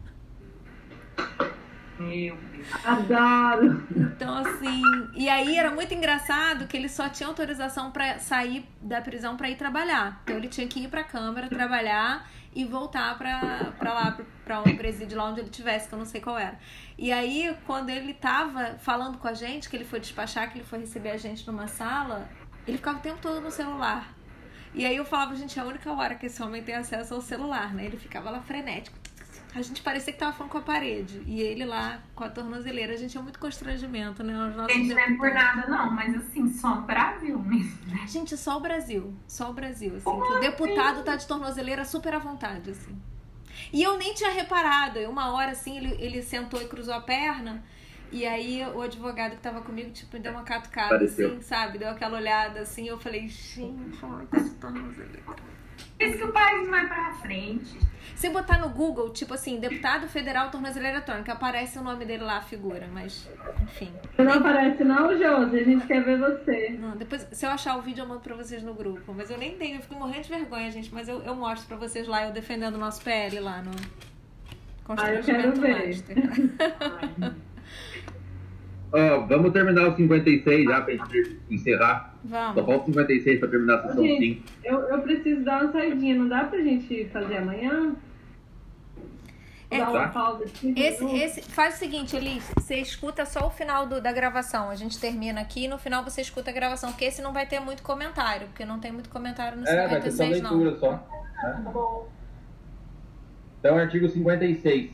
Meu Deus. Adoro! Então, assim, e aí era muito engraçado que ele só tinha autorização para sair da prisão para ir trabalhar. Então ele tinha que ir para a Câmara, trabalhar e voltar para lá, para um presídio lá onde ele tivesse, que eu não sei qual era. E aí, quando ele tava falando com a gente, que ele foi despachar, que ele foi receber a gente numa sala, ele ficava o tempo todo no celular. E aí eu falava, gente, é a única hora que esse homem tem acesso ao celular, né? Ele ficava lá frenético. A gente parecia que tava falando com a parede. E ele lá com a tornozeleira. A gente tinha muito constrangimento, né? Gente, não é por nada não, mas assim, só no Brasil mesmo, né? Gente, só o Brasil. Só o Brasil, assim. Que o deputado tá de tornozeleira super à vontade, assim. E eu nem tinha reparado. E uma hora, assim, ele sentou e cruzou a perna. E aí o advogado que tava comigo, tipo, me deu uma catucada, assim, sabe? Deu aquela olhada, assim. Eu falei, gente, tá de tornozeleira. Por isso que o país não vai pra frente. Se botar no Google, tipo assim, deputado federal tornozeleira eletrônica, aparece o nome dele lá, a figura, mas, enfim. Não aparece não, Josi, a gente quer ver você. Não, depois, se eu achar o vídeo, eu mando pra vocês no grupo, mas eu nem tenho, eu fico morrendo de vergonha, gente, mas eu mostro pra vocês lá, eu defendendo o nosso PL lá no Constrangimento Master. Vamos terminar o 56 já pra gente encerrar. Vamos. Só falta o 56 pra terminar a sessão 5. Eu preciso dar uma saidinha, não dá pra gente fazer amanhã? Dar uma pausa aqui. Faz o seguinte, Elis, você escuta só o final da gravação. A gente termina aqui e no final você escuta a gravação, porque esse não vai ter muito comentário, porque não tem muito comentário no 56, vai ter só leitura não. Só. Né? Tá bom. Então, artigo 56.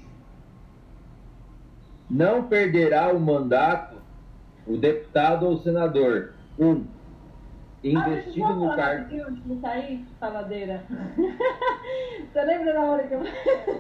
Não perderá o mandato o deputado ou senador. 1. Investido no cargo. Antes de sair, faladeira. Você lembra da hora que eu.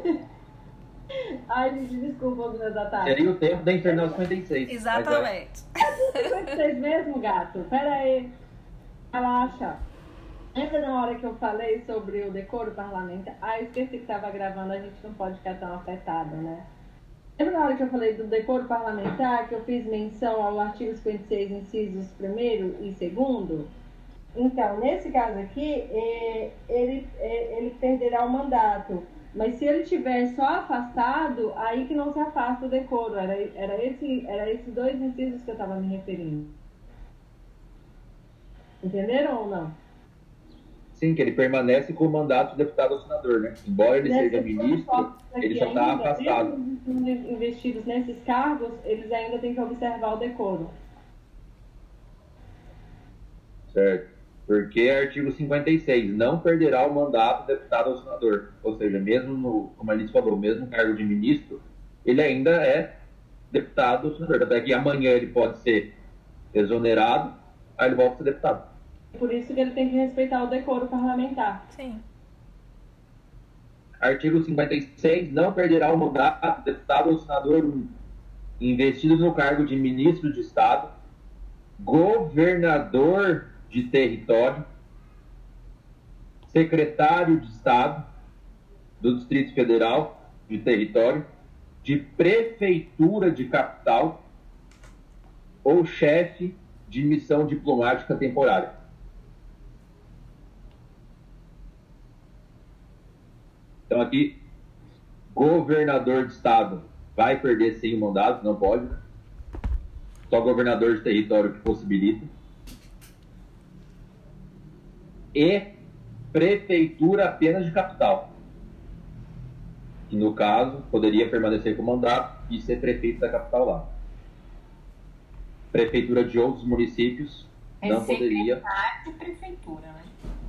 Ai, gente, desculpa os meus ataques. Seria o tempo da infernal 56. Exatamente. É 56 mesmo, gato? Pera aí. Relaxa. Lembra na hora que eu falei sobre o decoro parlamentar? Eu esqueci que estava gravando, a gente não pode ficar tão afetado, né? Lembra na hora que eu falei do decoro parlamentar, que eu fiz menção ao artigo 56, incisos 1º e 2º? Então, nesse caso aqui, ele perderá o mandato. Mas se ele estiver só afastado, aí que não se afasta o decoro. Era esses dois incisos que eu estava me referindo. Entenderam ou não? Sim, que ele permanece com o mandato de deputado ou senador, né? Embora ele seja ministro, ele já está afastado. Investidos nesses cargos, eles ainda têm que observar o decoro. Certo. Porque artigo 56, não perderá o mandato deputado ou senador. Ou seja, mesmo no, como a Alice falou, mesmo no cargo de ministro, ele ainda é deputado ou senador. Até que amanhã ele pode ser exonerado, aí ele volta a ser deputado. Por isso que ele tem que respeitar o decoro parlamentar. Sim. Artigo 56, não perderá o mandato deputado ou senador investido no cargo de ministro de Estado, governador de território, secretário de Estado do Distrito Federal de território, de prefeitura de capital ou chefe de missão diplomática temporária. Então aqui, governador de Estado vai perder sim o mandato, não pode. Só governador de território que possibilita. E prefeitura apenas de capital, que no caso poderia permanecer com o mandato e ser prefeito da capital lá. Prefeitura de outros municípios não poderia. Secretário de prefeitura, né?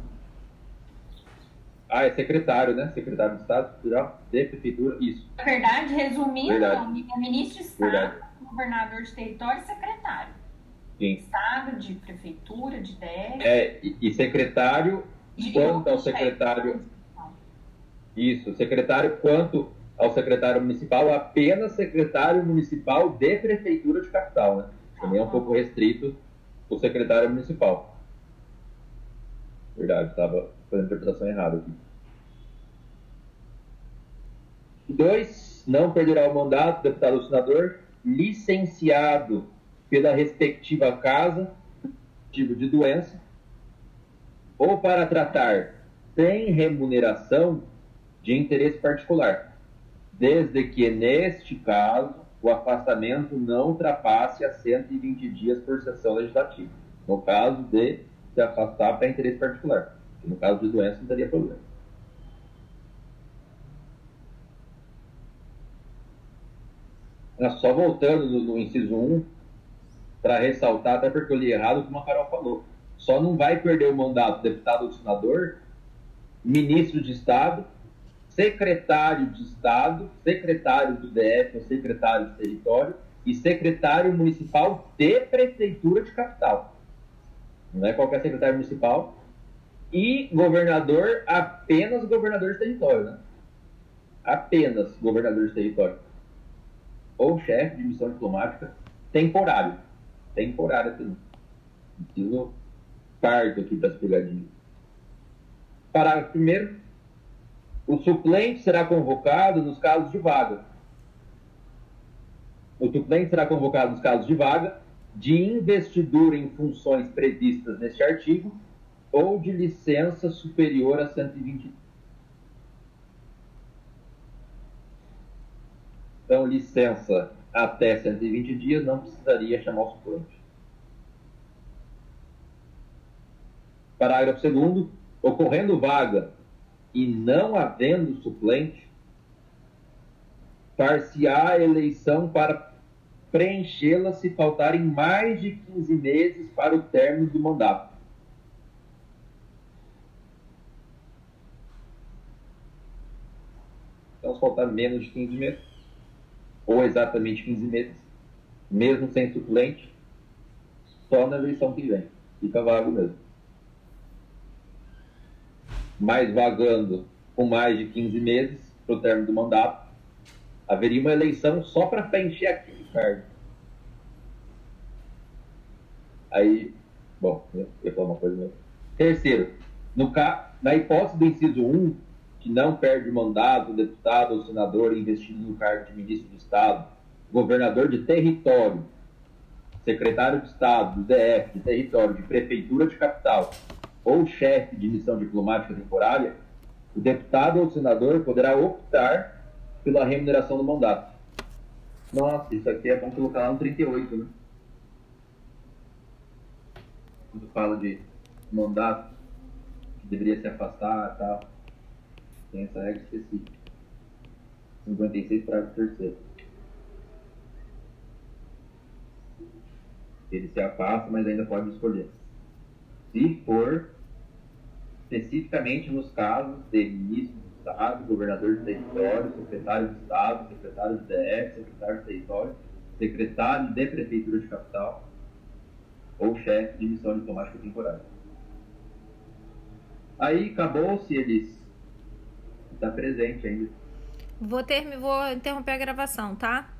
Ah, é secretário, né? Secretário de Estado Federal de Prefeitura, isso. Na verdade, resumindo, é ministro de Estado, Verdade. governador de território e secretário. Sim. Estado, de prefeitura, de DF. E secretário, quanto ao secretário. Isso, secretário quanto ao secretário municipal, apenas secretário municipal de prefeitura de capital, né? Também é um pouco restrito o secretário municipal. Verdade, estava fazendo a interpretação errada aqui. 2. Não perderá o mandato, deputado ou senador, licenciado pela respectiva casa, motivo de doença, ou para tratar sem remuneração de interesse particular, desde que, neste caso, o afastamento não ultrapasse a 120 dias por sessão legislativa, no caso de se afastar para interesse particular. No caso de doença, não teria problema. Só voltando no inciso 1, para ressaltar, até porque eu li errado, como a Carol falou, só não vai perder o mandato deputado ou senador, ministro de Estado, secretário de Estado, secretário do DF ou secretário de território e secretário municipal de prefeitura de capital. Não é qualquer secretário municipal. E governador, apenas governador de território, né? Apenas governador de território. Ou chefe de missão diplomática temporário. Temporário também. Preciso parto aqui para as pegadinhas. Parágrafo 1º. O suplente será convocado nos casos de vaga. O suplente será convocado nos casos de vaga, de investidura em funções previstas neste artigo ou de licença superior a 120. Então, licença até 120 dias não precisaria chamar o suplente. Parágrafo 2º. Ocorrendo vaga e não havendo suplente, far-se-á a eleição para preenchê-la se faltarem mais de 15 meses para o término do mandato. Então, se faltar menos de 15 meses, ou exatamente 15 meses, mesmo sem suplente, só na eleição que vem. Fica vago mesmo. Mas vagando com mais de 15 meses para o término do mandato, haveria uma eleição só para preencher aquele cargo. Aí, bom, eu ia falar uma coisa mesmo. Terceiro, na hipótese do inciso 1, que não perde o mandato, o deputado ou senador investido no cargo de ministro de Estado, governador de território, secretário de Estado, do DF, de território, de prefeitura de capital, ou chefe de missão diplomática temporária, o deputado ou senador poderá optar pela remuneração do mandato. Nossa, isso aqui é bom colocar lá no 38, né? Quando fala de mandato, que deveria se afastar e tal, tem essa regra específica. 56, parágrafo 3º. Ele se afasta, mas ainda pode escolher. se for especificamente nos casos de ministro do Estado, governador do território, secretário de Estado, secretário de DF, secretário de território, secretário de prefeitura de capital ou chefe de missão diplomática temporária. Aí acabou se eles está presente ainda. Vou interromper a gravação, tá?